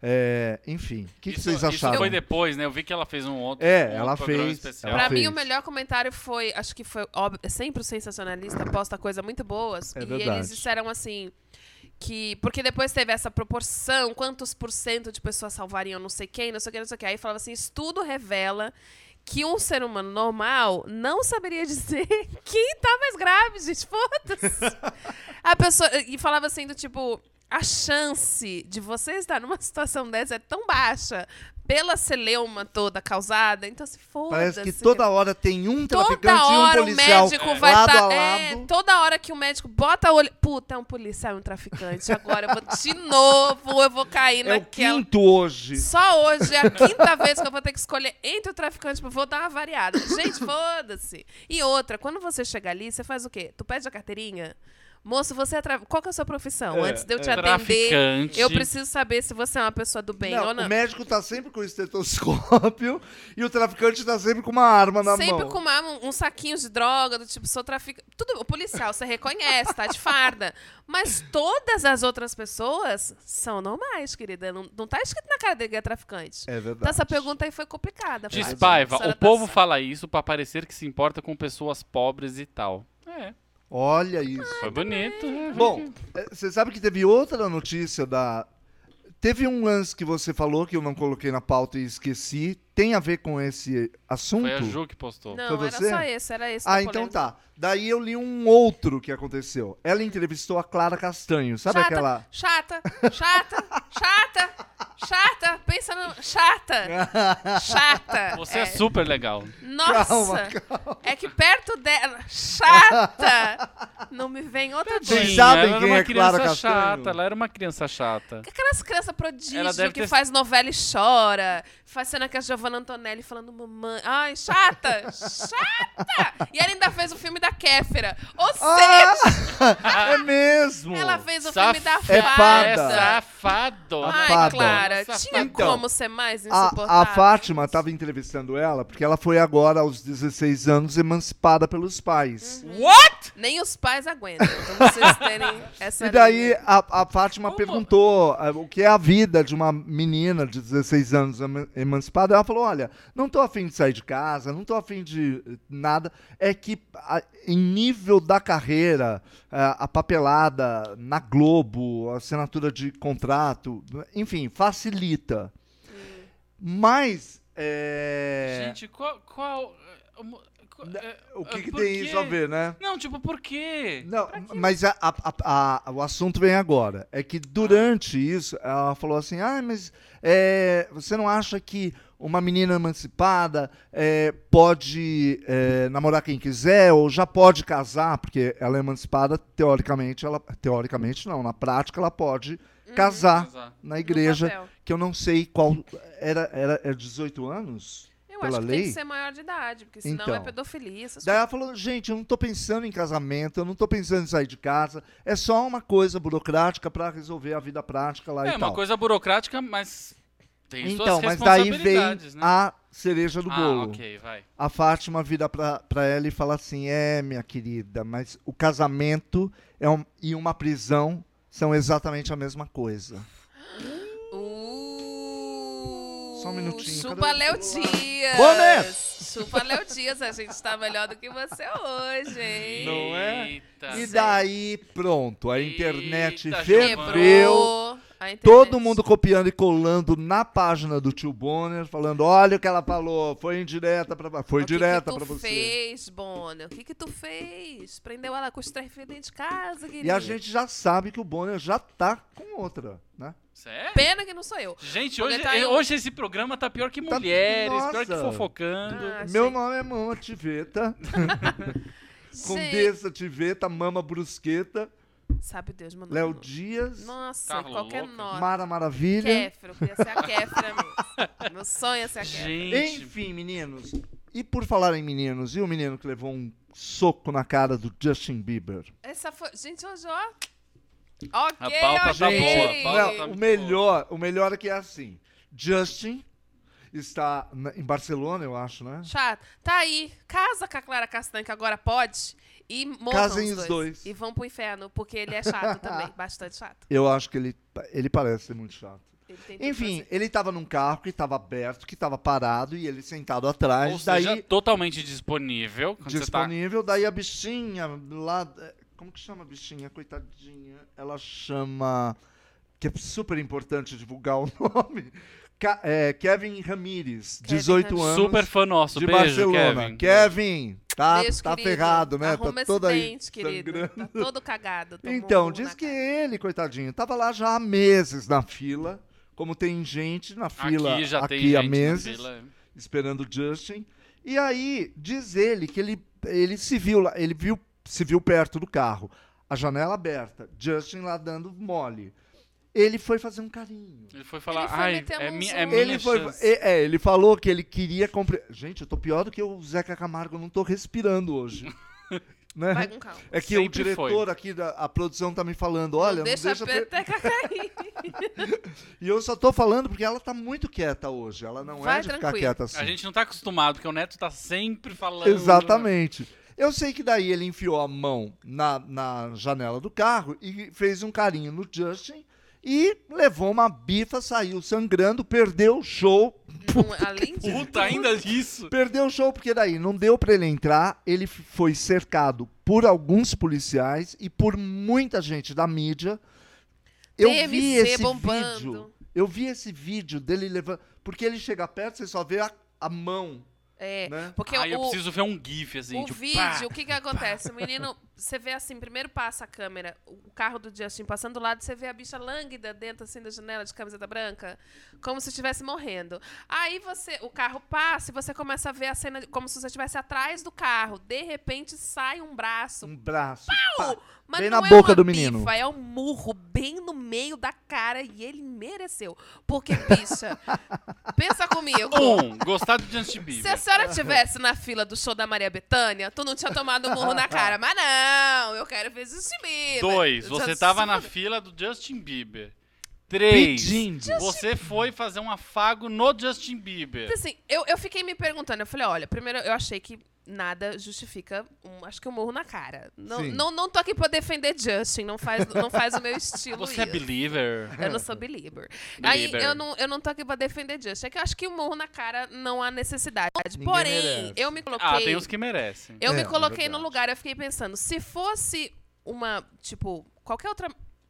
enfim, o que vocês acharam? Isso foi depois, né? Eu vi que ela fez um outro, ela programa fez. especial. Ela Pra mim, fez. o melhor comentário foi, acho que foi óbvio, sempre o sensacionalista posta coisas muito boas. É e verdade. eles disseram assim, que... Porque depois teve essa proporção, quantos por cento de pessoas salvariam não sei quem, não sei o que, não sei o que. Aí falava assim, estudo revela que um ser humano normal não saberia dizer quem tá mais grave, gente, foda-se. A pessoa... E falava assim, do tipo... A chance de você estar numa situação dessa é tão baixa pela celeuma toda causada, então se foda-se. Parece que toda hora tem um traficante Toda e um hora policial o médico vai lado a estar. lado. Toda hora que o médico bota o olho. Puta, é um policial e um traficante. Agora eu vou de novo, eu vou cair É o naquela. quinto hoje. Só hoje é a quinta vez que eu vou ter que escolher entre o traficante, vou dar uma variada. Gente, foda-se. E outra, quando você chega ali, você faz o quê? Tu pede a carteirinha? Moço, qual que é a sua profissão? Antes de eu te atender, Traficante. eu preciso saber se você é uma pessoa do bem ou não. O médico tá sempre com o estetoscópio e o traficante tá sempre com uma arma na Sempre mão. com um saquinho de droga, do tipo, sou traficante. Tudo, o policial, você reconhece, tá de farda. Mas todas as outras pessoas são normais, querida. Não tá escrito na cara dele que é traficante. É verdade. Então essa pergunta aí foi complicada. Diz Fátima. Paiva, A senhora o povo fala isso pra parecer que se importa com pessoas pobres e tal. Olha isso. Foi bonito. Bom, você sabe que teve outra notícia da... Teve um lance que você falou que eu não coloquei na pauta e esqueci. Tem a ver com esse assunto? Foi a Ju que postou. Não, Foi era você? só esse, era esse. Ah, da então polêmica. tá. Daí eu li um outro que aconteceu. Ela entrevistou a Clara Castanho. Sabe Chata, aquela... Chata, pensa no... Chata. Você é super legal. Nossa, Calma. é que perto dela... Chata! Não me vem outra Vocês coisa. sabem ela era quem uma é Clara criança Castanho? chata. Ela era uma criança chata. Aquelas crianças Ela prodígio deve que ter- faz novela e chora. Faz cena com a Giovanna Antonelli falando mamãe. Ai, chata! E ela ainda fez o filme da Kéfera. Ou seja, É mesmo! ela fez o filme da É fada. É safado. Ai, fada. Clara, Safado. tinha Então, como ser mais insuportável? A Fátima estava entrevistando ela porque ela foi agora, aos 16 anos, emancipada pelos pais. What? Nem os pais aguentam. Então vocês terem essa E daí linha. a Fátima Como? perguntou o que é a vida de uma menina de 16 anos emancipada. Ela falou, olha, não tô afim de sair de casa, não tô afim de nada. É que em nível da carreira, a papelada na Globo, a assinatura de contrato, enfim, facilita. Mas... Gente, qual o que por tem quê? isso a ver, né? Não, tipo, por quê? Não, mas o assunto vem agora. É que durante isso, ela falou assim, mas você não acha que uma menina emancipada pode namorar quem quiser ou já pode casar? Porque ela é emancipada, teoricamente não, na prática ela pode casar na igreja, papel. que eu não sei qual... Era 18 anos? Eu pela acho que lei? tem que ser maior de idade, porque senão Então. é pedofilia, essas Daí coisas. ela falou, gente, eu não tô pensando em casamento, eu não tô pensando em sair de casa, é só uma coisa burocrática pra resolver a vida prática lá e É tal. uma coisa burocrática, mas tem Então, suas mas daí vem responsabilidades, né? a cereja do bolo. Ok, vai. A Fátima vira pra ela e fala assim, minha querida, mas o casamento e uma prisão são exatamente a mesma coisa. Só um minutinho, Chupa cadê o Léo celular? Dias. Boné! Chupa Léo Dias, a gente tá melhor do que você hoje, hein? Não é? Eita. E daí, pronto, a internet Eita, ferveu. Quebrou a internet. Todo mundo copiando e colando na página do tio Bonner, falando, olha o que ela falou, foi indireta pra... Foi direta pra O que tu você. fez, Bonner? O que tu fez? Prendeu ela com os 3 filhos dentro de casa, querida. E a gente já sabe que o Bonner já tá com outra, né? Sério? Pena que não sou eu. Gente, Porque hoje, tá aí um- hoje esse programa tá pior que Tá- mulheres, pior que Nossa. fofocando. Ah, Meu gente. nome é Mama Tiveta, Gente, Condessa Tiveta, Mama Brusqueta, sabe Deus, mano. Léo Dias, Nossa, Tá qualquer louca. nome. Mara Maravilha. Kéfera, eu queria ser a Kéfera mesmo. Meu sonho é ser a Kéfera. Gente, Enfim, meninos. E por falar em meninos, e o menino que levou um soco na cara do Justin Bieber? Essa foi... Gente, hoje, ó... Ok, A pauta tá ok. boa, a pauta Não, tá o melhor é que é assim. Justin está em Barcelona, eu acho, né? Chato. Tá aí. Casa com a Clara Castanho, que agora pode. E montam Casem os os dois. dois. E vão pro inferno, porque ele é chato também. Bastante chato. Eu acho que ele parece ser muito chato. Ele tem tudo Enfim, pra ser. ele tava num carro que tava aberto, que tava parado, e ele sentado atrás. ou seja, daí, totalmente disponível. Quando disponível, daí a bichinha lá... Como que chama a bichinha? Coitadinha. Ela chama... Que é super importante divulgar o nome. Kevin Ramírez, Kevin 18 Ramírez. Você tá anos. super fã nosso. de Beijo, Barcelona. Kevin. Tá, Beijo, tá querido. ferrado, né? Arruma Tá esse todo aí dente, querido. sangrando. Tá todo cagado. tomou um Então, murro diz na que cara. ele, coitadinho, tava lá já há meses na fila, como tem gente na fila Aqui já tem aqui há gente na meses, fila. esperando o Justin. E aí, diz ele que ele se viu lá, se viu perto do carro, a janela aberta, Justin lá dando mole. Ele foi fazer um carinho. Ele foi falar, Ele foi ai, meter a é mãozona. minha Ele foi, chance. ele falou que ele queria comprar. Gente, eu tô pior do que o Zeca Camargo, eu não tô respirando hoje. Né? Vai com calma. É que o Sempre diretor aqui, a produção tá me falando, olha, não deixa a per- peteca cair. E eu só tô falando porque ela tá muito quieta hoje. Ela não Vai é de ficar tranquilo. quieta assim. A gente não tá acostumado, porque o Neto tá sempre falando. Exatamente. Eu sei que daí ele enfiou a mão na janela do carro e fez um carinho no Justin e levou uma bifa, saiu sangrando, perdeu o show. Além de Puta, ainda isso. Perdeu o show porque daí não deu pra ele entrar, ele foi cercado por alguns policiais e por muita gente da mídia. Eu vi TMC esse bombando. vídeo. Eu vi esse vídeo dele levando, porque ele chega perto, você só vê a mão, É, né? porque Aí eu o, preciso ver um gif, assim, o tipo, vídeo, pá. o que que acontece? O menino, você vê assim, primeiro passa a câmera, o carro do Justin passando do lado, você vê a bicha lânguida dentro assim da janela de camiseta branca, como se estivesse morrendo. Aí o carro passa e você começa a ver a cena como se você estivesse atrás do carro. De repente sai um braço. Um braço. pá, Mas bem não na é boca uma do menino. bifa, é um murro bem no meio da cara e ele mereceu. Porque, bicha, pensa comigo. Gostar do Justin Se Bieber. a senhora tivesse na fila do show da Maria Bethânia, tu não tinha tomado um murro na cara. Mas não, eu quero ver Justin Bieber. 2, você Justin tava na Bieber. fila do Justin Bieber. 3, Pedindo. você foi fazer um afago no Justin Bieber. Assim, eu fiquei me perguntando, eu falei, olha, primeiro eu achei que nada justifica, acho que um murro na cara. Sim. Não tô aqui pra defender Justin, não faz o meu estilo Você é isso. believer? Eu não sou belieber. Aí Belieber. eu não tô aqui pra defender Justin. É que eu acho que o murro na cara não há necessidade. Ninguém Porém, merece. eu me coloquei. Ah, tem os que merecem. Eu É, me é coloquei no verdade. lugar, eu fiquei pensando, se fosse uma, tipo, qualquer outra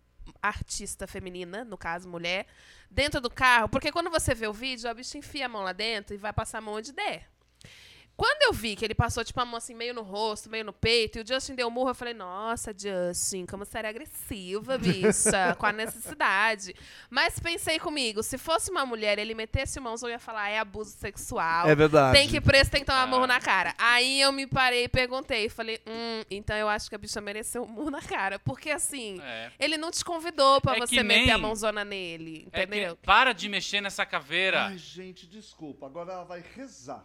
artista feminina, no caso mulher, dentro do carro, porque quando você vê o vídeo, a bicha enfia a mão lá dentro e vai passar a mão onde der. Quando eu vi que ele passou, tipo, a mão assim, meio no rosto, meio no peito, e o Justin deu um murro, eu falei, nossa, Justin, como você era agressiva, bicha, com a necessidade. Mas pensei comigo, se fosse uma mulher, ele metesse mãos, eu ia falar, é abuso sexual. É verdade. Tem que preso, tem que tomar murro na cara. Aí eu me parei e perguntei, falei, então eu acho que a bicha mereceu um murro na cara. Porque assim, É. ele não te convidou pra É você que meter a nem- mãozona nele, É entendeu? que para de mexer nessa caveira. Ai, gente, desculpa. Agora ela vai rezar.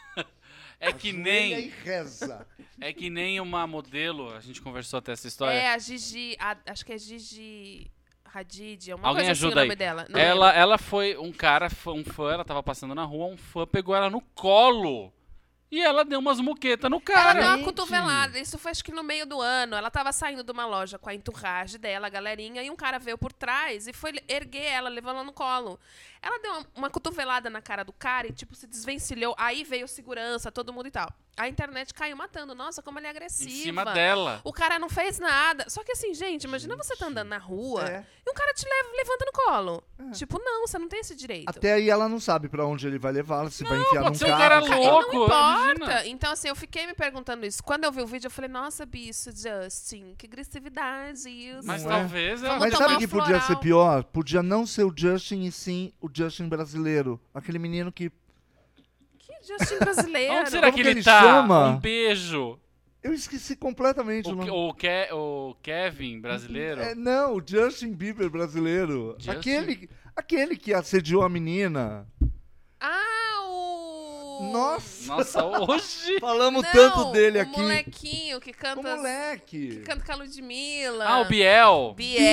É que Ajoelha nem e reza. é que nem uma modelo, a gente conversou até essa história. É, a Gigi, acho que é Gigi Hadid, é uma Alguém coisa assim ajuda o aí. nome dela. Não lembro. Ela foi um cara, um fã, ela tava passando na rua, um fã pegou ela no colo. E ela deu umas muquetas no Ela cara. deu uma Gente. cotovelada, isso foi acho que no meio do ano. Ela tava saindo de uma loja com a entourage dela, a galerinha, e um cara veio por trás e foi erguer ela, levando ela no colo. Ela deu uma cotovelada na cara do cara e, tipo, se desvencilhou. Aí veio segurança, todo mundo e tal. A internet caiu matando. Nossa, como ele é agressiva. Em cima dela. O cara não fez nada. Só que assim, gente, imagina você tá andando na rua É. e um cara te levanta no colo. Tipo, não, você não tem esse direito. Até aí ela não sabe pra onde ele vai levá-la, se vai enfiar num pode ser um carro. cara se- louco. Não importa. imagina. Então, assim, eu fiquei me perguntando isso. Quando eu vi o vídeo, eu falei, nossa, bicho, Justin, que agressividade isso. Mas Não é. talvez ela Vamos Mas tomar sabe um o que podia floral. ser pior? Podia não ser o Justin e sim o Justin brasileiro. Aquele menino que... Que Justin brasileiro. Onde será Como que que ele ele tá? chama? Um beijo. Eu esqueci completamente o nome. O Kevin brasileiro. É, não, o Justin Bieber brasileiro. Justin? Aquele que assediou a menina. Ah, o... Nossa, Nossa, hoje. falamos Não, tanto dele o aqui. molequinho que O canta... moleque. Que canta com a Ludmilla. Ah, o Biel.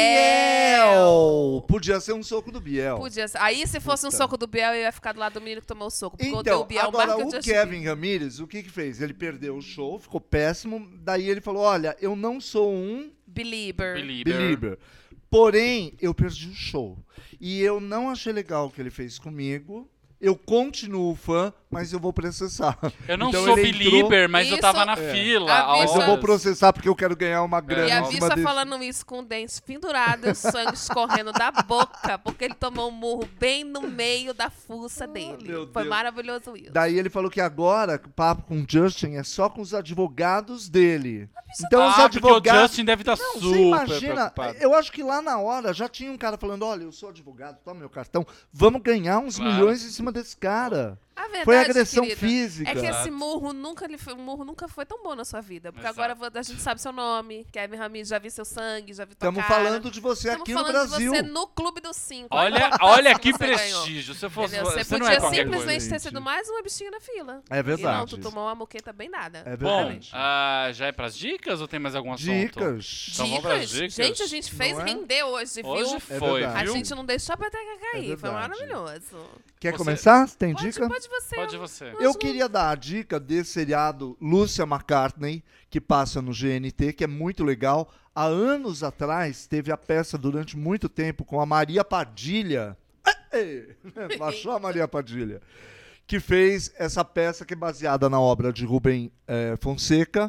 Biel! Podia ser um soco do Biel. Podia ser. Aí, se fosse um Puta. soco do Biel, eu ia ficar do lado do menino que tomou o soco. Porque Então, o Biel agora marca o Justin Kevin Ramírez, o que fez? Ele perdeu o show, ficou péssimo. Daí ele falou, olha, eu não sou um Belieber. belieber. Porém, eu perdi o show. E eu não achei legal o que ele fez comigo. Eu continuo fã, mas eu vou processar. Eu não Então sou ele entrou- belieber, mas eu Isso- tava na É. fila. A Mas eu Nossa. vou processar porque eu quero ganhar uma grana E a em cima bicha desse. falando isso com o dente pendurado e o sangue escorrendo da boca, porque ele tomou um murro bem no meio da fuça dele. meu Foi Deus. maravilhoso isso. Daí ele falou que agora o papo com o Justin é só com os advogados dele. Então os Porque o advogados... Justin deve estar Não, você super imagina, preocupado. eu acho que lá na hora já tinha um cara falando, olha, eu sou advogado, toma meu cartão, vamos ganhar uns Claro. milhões em cima desse cara. A verdade, Foi agressão querida, física. é que esse murro nunca foi tão bom na sua vida. Porque Exato. agora a gente sabe seu nome, Kevin Ramirez, já vi seu sangue, já vi tua Estamos cara. falando de você Estamos aqui no falando Brasil. de você no Clube dos 5. Olha que você ganhou. prestígio. Se eu fosse, Entendeu? Você você não podia é qualquer simplesmente coisa. ter sido mais uma bichinha na fila. É verdade. E não, tu tomou uma moqueta bem dada. É Bom, verdade. já é pras dicas ou tem mais algum assunto? Dicas. Então vamos pras Dicas? dicas. Gente, a gente fez Não é? render hoje, viu? Hoje É foi, verdade. A viu? gente não deixou a peteca cair. É Foi verdade. maravilhoso. Quer Você- começar? Tem Pode, dica? pode você. Pode você. Eu queria dar a dica desse seriado Lúcia McCartney, que passa no GNT, que é muito legal. Há anos atrás, teve a peça durante muito tempo com a Maria Padilha. Baixou a Maria Padilha. Que fez essa peça que é baseada na obra de Rubem Fonseca.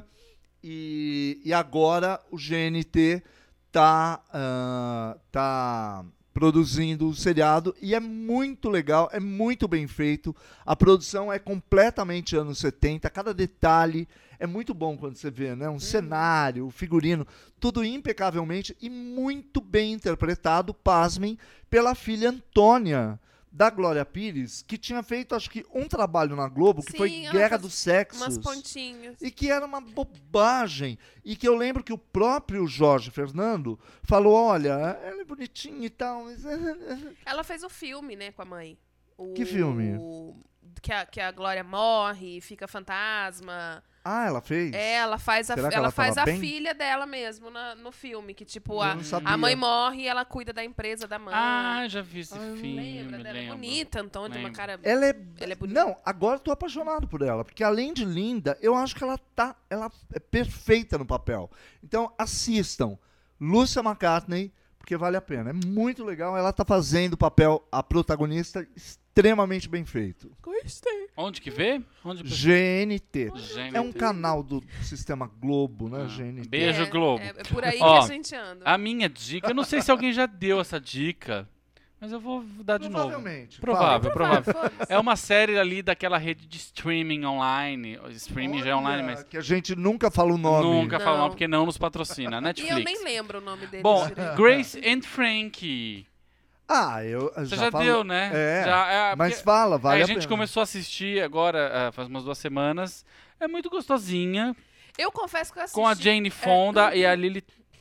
E agora o GNT tá produzindo o seriado e é muito legal, é muito bem feito. A produção é completamente anos 70, cada detalhe é muito bom quando você vê, né? Um cenário, o figurino, tudo impecavelmente e muito bem interpretado, pasmem, pela filha Antônia, da Glória Pires, que tinha feito, acho que, um trabalho na Globo, que Sim, foi ela Guerra faz dos Sexos. Umas pontinhas. E que era uma bobagem. E que eu lembro que o próprio Jorge Fernando falou, olha, ela é bonitinha e tal, mas... Ela fez o filme, né, com a mãe. Que filme? Que a Glória morre, fica fantasma. Ah, ela fez? Ela faz Será que ela faz tava a bem? filha dela mesmo no filme. Que, tipo, Eu não sabia. a mãe morre e ela cuida da empresa da mãe. Ah, já vi esse eu filme, Lembra dela? lembro. Bonita, Antônia, tem uma Lembro. cara... Ela é... Ela é bonita. Não, agora eu tô apaixonado por ela. Porque além de linda, eu acho que ela é perfeita no papel. Então, assistam. Lúcia McCartney, porque vale a pena. É muito legal. Ela tá fazendo o papel, a protagonista, extremamente bem feito. Gostei. Onde que vê? Onde GNT. GNT. É um canal do Sistema Globo, né? Ah, GNT. Beijo, Globo. É por aí Ó, que a gente anda. A minha dica, eu não sei se alguém já deu essa dica, mas eu vou dar de novo. Provavelmente. Provável, provável. Foda-se. É uma série ali daquela rede de streaming online. Streaming já é online, mas Que a gente nunca fala o nome. nunca fala Não. mal porque não nos patrocina. E eu Netflix. nem lembro o nome dele. Bom, direito. Grace and Frankie. Ah, eu Você já falo- deu, né? É, Já, mas porque fala, vale aí a a gente pena. começou a assistir agora, faz umas 2 semanas. É muito gostosinha. Eu confesso que eu assisti. Com a Jane Fonda e a Lily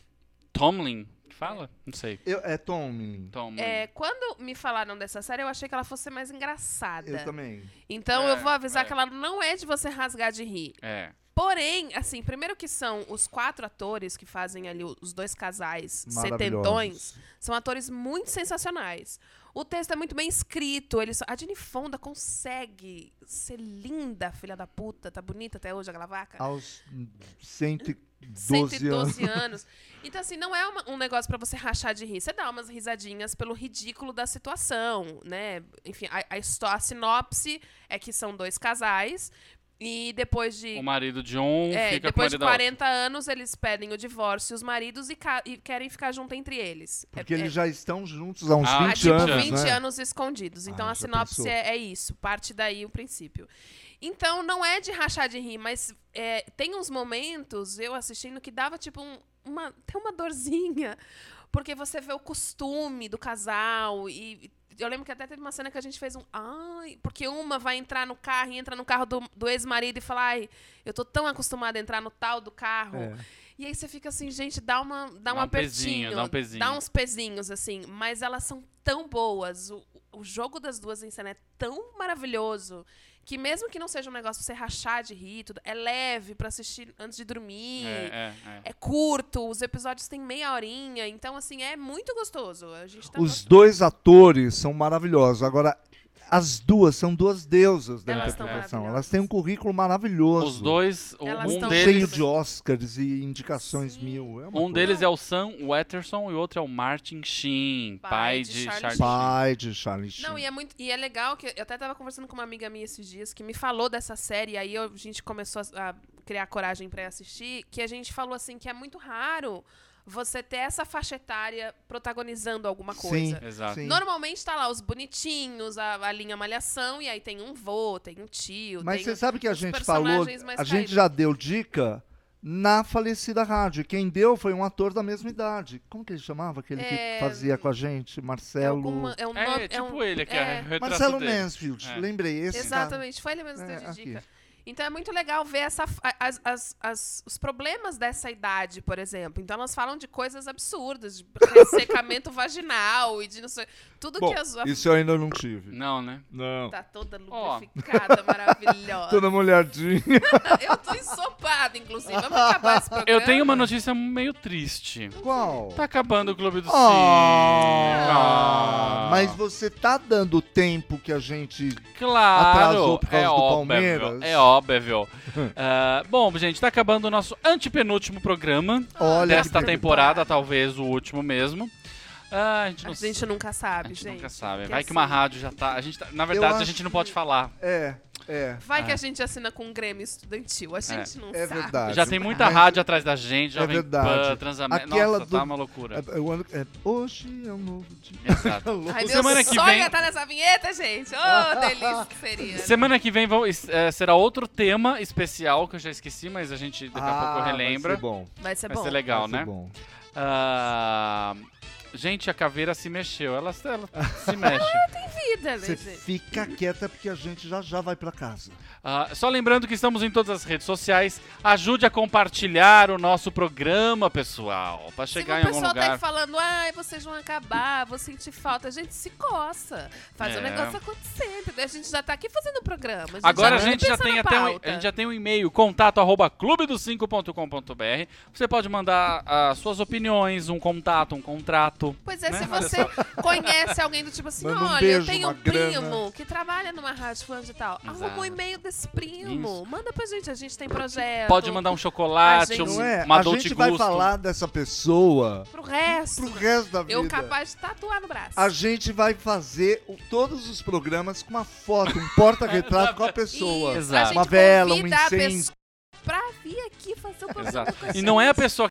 Tomlin. Que fala? Não sei. É Tom. Tomlin. Quando me falaram dessa série, eu achei que ela fosse mais engraçada. Eu também. Então É, eu vou avisar é. que ela não é de você rasgar de rir. É. Porém, assim, primeiro que são os 4 atores que fazem ali os 2 casais Maravilhosos. setentões, são atores muito sensacionais. O texto é muito bem escrito. A Jane Fonda consegue ser linda, filha da puta. Tá bonita até hoje, aquela vaca? Aos 112 anos. 112 anos. Então, assim, não é um negócio pra você rachar de rir. Você dá umas risadinhas pelo ridículo da situação, né? Enfim, a sinopse é que são 2 casais e depois de... O marido de um fica com o depois de marido da outra. 40 anos, eles pedem o divórcio, os maridos, e querem ficar juntos entre eles. Porque eles já estão juntos há uns Ah, 20 tipo, anos, 20 né? anos escondidos. Então, Ah, a já sinopse pensou? é isso. Parte daí o princípio. Então, não é de rachar de rir, mas tem uns momentos, eu assistindo, que dava, tipo, tem uma dorzinha. Porque você vê o costume do casal e... Eu lembro que até teve uma cena que a gente fez ai, porque uma vai entrar no carro e entra no carro do ex-marido e fala, ai, eu tô tão acostumada a entrar no tal do carro. É. E aí você fica assim, gente, dá um um apertinho. pezinho, dá um pezinho. Dá uns pezinhos, assim. Mas elas são tão boas. O jogo das duas em cena é tão maravilhoso que mesmo que não seja um negócio pra você rachar de rir, tudo, é leve pra assistir antes de dormir. É curto, os episódios têm meia horinha. Então, assim, é muito gostoso. A gente tá Os 2 atores são maravilhosos. Agora, as duas são 2 deusas da Elas tão interpretação. maravilhosas. Elas têm um currículo maravilhoso. Os dois, Elas um tão Cheio deles, de Oscars e indicações Sim. mil. É uma um coisa. deles é o Sam Watterson e o outro é o Martin Sheen, pai de Charlie Sheen. Pai de Charlie Sheen. Não, e é legal que eu até tava conversando com uma amiga minha esses dias que me falou dessa série, e aí a gente começou a criar coragem pra ir assistir, que a gente falou assim que é muito raro você ter essa faixa etária protagonizando alguma coisa. Exato. Sim. Normalmente tá lá os bonitinhos, a linha malhação, e aí tem um vô, tem um tio, Mas tem você sabe que a os gente falou, personagens mais a gente caídos. já deu dica na falecida rádio. Quem deu foi um ator da mesma idade. Como que ele chamava? Aquele que fazia com a gente? Marcelo... Ele aqui, é o retrato Marcelo dele. Mansfield, lembrei. Esse Exatamente, foi ele mesmo que deu de aqui. dica. Então é muito legal ver os problemas dessa idade, por exemplo. Então elas falam de coisas absurdas, de ressecamento vaginal e de não sei... Tudo Bom, que as... isso eu ainda não tive. Não, né? Não. Tá toda lubrificada, maravilhosa. Toda molhadinha. Eu tô ensopada, inclusive. Vamos acabar esse programa? Eu tenho uma notícia meio triste. Qual? Tá acabando o Clube do Cinco. Mas você tá dando o tempo que a gente Claro, atrasou por causa é do óbvio, Palmeiras? é óbvio. Bom, gente, tá acabando o nosso antepenúltimo programa Olha desta que temporada, talvez o último mesmo. A gente, não A gente nunca sabe, a gente gente. nunca sabe. Porque Vai que uma assim, rádio já tá... na verdade, a acho gente não pode falar. Vai que a gente assina com um Grêmio estudantil. A gente não É sabe. verdade. Já tem muita rádio atrás da gente, já É vem verdade. Pan, Transamérica. Aquela Nossa, do- tá uma loucura. Hoje é um novo dia. Exato. Ai, meu Semana que sonho vem- é estar nessa vinheta, gente. Oh, delícia que seria. Semana que vem será outro tema especial, que eu já esqueci, mas a gente daqui a pouco relembra. Vai ser bom. Vai ser Vai bom. ser legal, Vai ser né? bom. Gente, a caveira se mexeu. Ela se mexe. Vida, né, Você gente? fica quieta porque a gente já vai pra casa. Só lembrando que estamos em todas as redes sociais. Ajude a compartilhar o nosso programa, pessoal, pra chegar em Se o algum pessoal tá lugar. aí falando, ai, vocês vão acabar, vou sentir falta, a gente se coça. Faz o negócio acontecer, entendeu? A gente já tá aqui fazendo o programa. Agora a nem gente já pensa tem na até pauta. a gente já tem um e-mail, contato@clubedo5.com.br. Você pode mandar suas opiniões, um contato, um contrato. Pois é, né? se Olha você conhece alguém do tipo assim, Manda um olha, beijo, eu tenho uma um primo grana. que trabalha numa rádio fulano de tal. Exato. Arruma um e-mail desse primo. Isso. Manda pra gente, a gente tem projeto. Pode mandar um chocolate, A gente- Não é? uma A Dolce gente vai Gusto. falar dessa pessoa Pro resto. pro resto da vida. Eu capaz de tatuar no braço. A gente vai fazer todos os programas com uma foto, um porta-retrato com a pessoa. Isso, Exato. a gente Uma vela, um convida a incenso. pessoa pra vir aqui fazer o programa Exato. com a E gente. não é a pessoa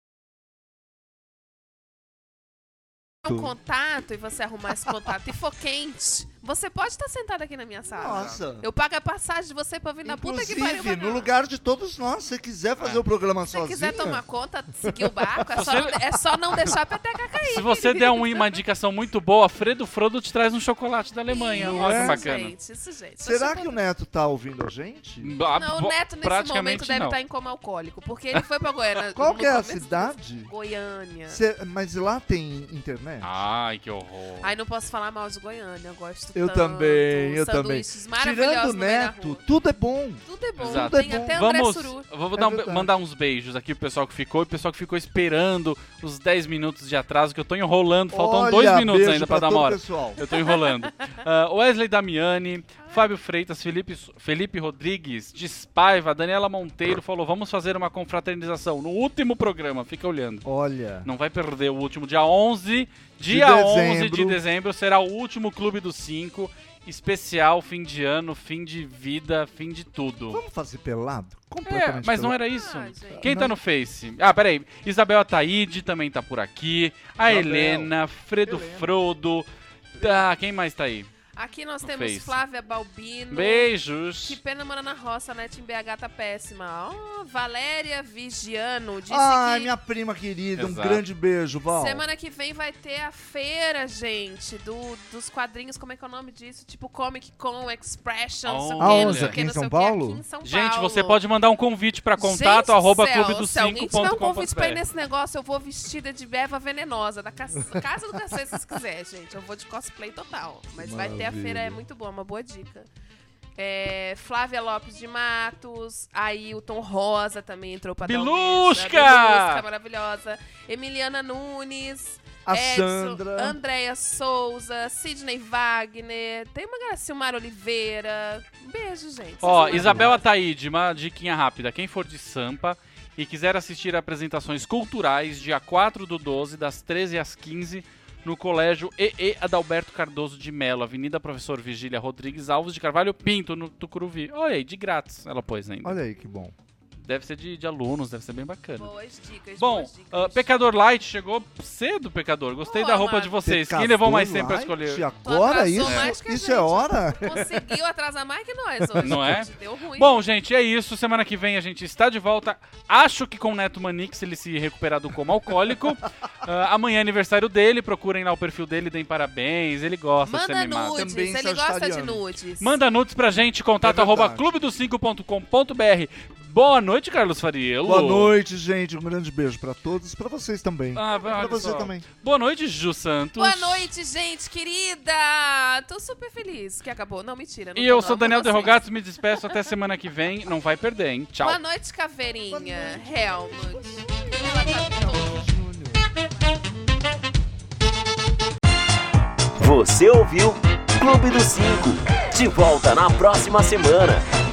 um contato e você arrumar esse contato e for quente, você pode estar sentado aqui na minha sala. Nossa. Eu pago a passagem de você pra vir na puta que pariu. Inclusive, no lugar de todos nós, se você quiser fazer o programa Se você sozinho. quiser tomar conta, seguir o barco, é, Você- só não deixar a peteca cair. Se você der uma indicação muito boa, Fredo Frodo te traz um chocolate da Alemanha. Isso, Olha que bacana. Gente, isso, gente. Será Tipo, que o Neto tá ouvindo a gente? Não, o Neto nesse momento deve não. estar em coma alcoólico, porque ele foi pra Goiânia. Qual no que é a começo- cidade? Goiânia. Mas lá tem internet? Ai, que horror. Ai, não posso falar mal de Goiânia, eu gosto Eu tanto. também, eu também. Sanduíches maravilhosos Tirando o no meio da Neto, rua. tudo é bom. Tudo é bom, Exato. tem Tudo é até bom. André Vamos, Suru. eu vou É verdade. mandar uns beijos aqui pro pessoal que ficou. E o pessoal que ficou esperando os 10 minutos de atraso, que eu tô enrolando. Faltam Olha, 2 minutos beijo ainda pra dar todo uma hora. o pessoal. Eu tô enrolando. Wesley Damiani, Fábio Freitas, Felipe Rodrigues, Despaiva, Daniela Monteiro falou: vamos fazer uma confraternização no último programa. Fica olhando. Olha. Não vai perder o último dia 11. Dia 11 de dezembro será o último Clube dos 5. Especial, fim de ano, fim de vida, fim de tudo. Vamos fazer pelado? Completamente Mas não pelado. era isso. Ai, gente. Quem tá no Face? Peraí. Isabel Ataíde também tá por aqui. A Isabel. Helena, Fredo Helena. Frodo. Quem mais tá aí? Aqui nós No temos Face. Flávia Balbino. Beijos. Que pena morar na roça, a net em BH tá péssima. Oh, Valéria Vigiano disse Ai, que minha prima querida, Exato. um grande beijo, Val. semana que vem vai ter a feira, gente, dos quadrinhos, como é que é o nome disso? Tipo Comic Con, Expression, não sei o quê, Aonde? não sei o Aqui quê, em não sei São o quê, Paulo? aqui em São Gente, Paulo. você pode mandar um convite pra Gente contato do arroba céu, clube do se alguém tiver um convite pra ir 5.com.br. nesse negócio, eu vou vestida de Eva Venenosa, da casa do cacete, se vocês quiserem, gente. Eu vou de cosplay total. Mas vai ter a Maravilha. feira, é muito boa, uma boa dica. Flávia Lopes de Matos, Ailton Rosa também entrou pra dar um Bilusca! beijo. Bilusca, maravilhosa. Emiliana Nunes. A Edson, Sandra. Andréia Souza, Sidney Wagner, tem uma galera, Silmar Oliveira. Um beijo, gente. Ó, Vocês são Isabel maravilhosos. Ataíde, uma diquinha rápida. Quem for de Sampa e quiser assistir a apresentações culturais, dia 4/12, das 13 às 15, no Colégio E.E. Adalberto Cardoso de Melo, Avenida Professor Vigília Rodrigues Alves de Carvalho Pinto, no Tucuruvi. Olha aí, de grátis, ela pôs ainda. Olha aí que bom. Deve ser de alunos, deve ser bem bacana. Boas dicas, Bom, boas dicas. Pecador Light chegou cedo, Pecador. Gostei Pô, da roupa mano. de vocês. Quem Pecador levou mais tempo pra Light? escolher? Agora atrasou mais que a isso é gente. hora? Conseguiu atrasar mais que nós hoje. Não é? gente. Deu ruim. Bom, gente, é isso. Semana que vem a gente está de volta. Acho que com o Neto Manix, ele se recuperar do coma alcoólico. Amanhã é aniversário dele. Procurem lá o perfil dele, deem parabéns. Ele gosta de ser Manda mimado. nudes, Também ele gosta de sagitariano. nudes. Manda nudes pra gente, contato É arroba verdade. clubedos5.com.br. Boa noite, Carlos Fariello. Boa noite, gente. Um grande beijo pra todos e pra vocês também. Ah, pra olha você só. também. Boa noite, Ju Santos. Boa noite, gente querida. Tô super feliz que acabou. Não, mentira. Não E tô, eu não. sou Daniel Amo vocês. Derrogatos, me despeço até semana que vem. Não vai perder, hein? Tchau. Boa noite, Caveirinha. Helmut. Ela captou. Você ouviu Clube dos 5. De volta na próxima semana.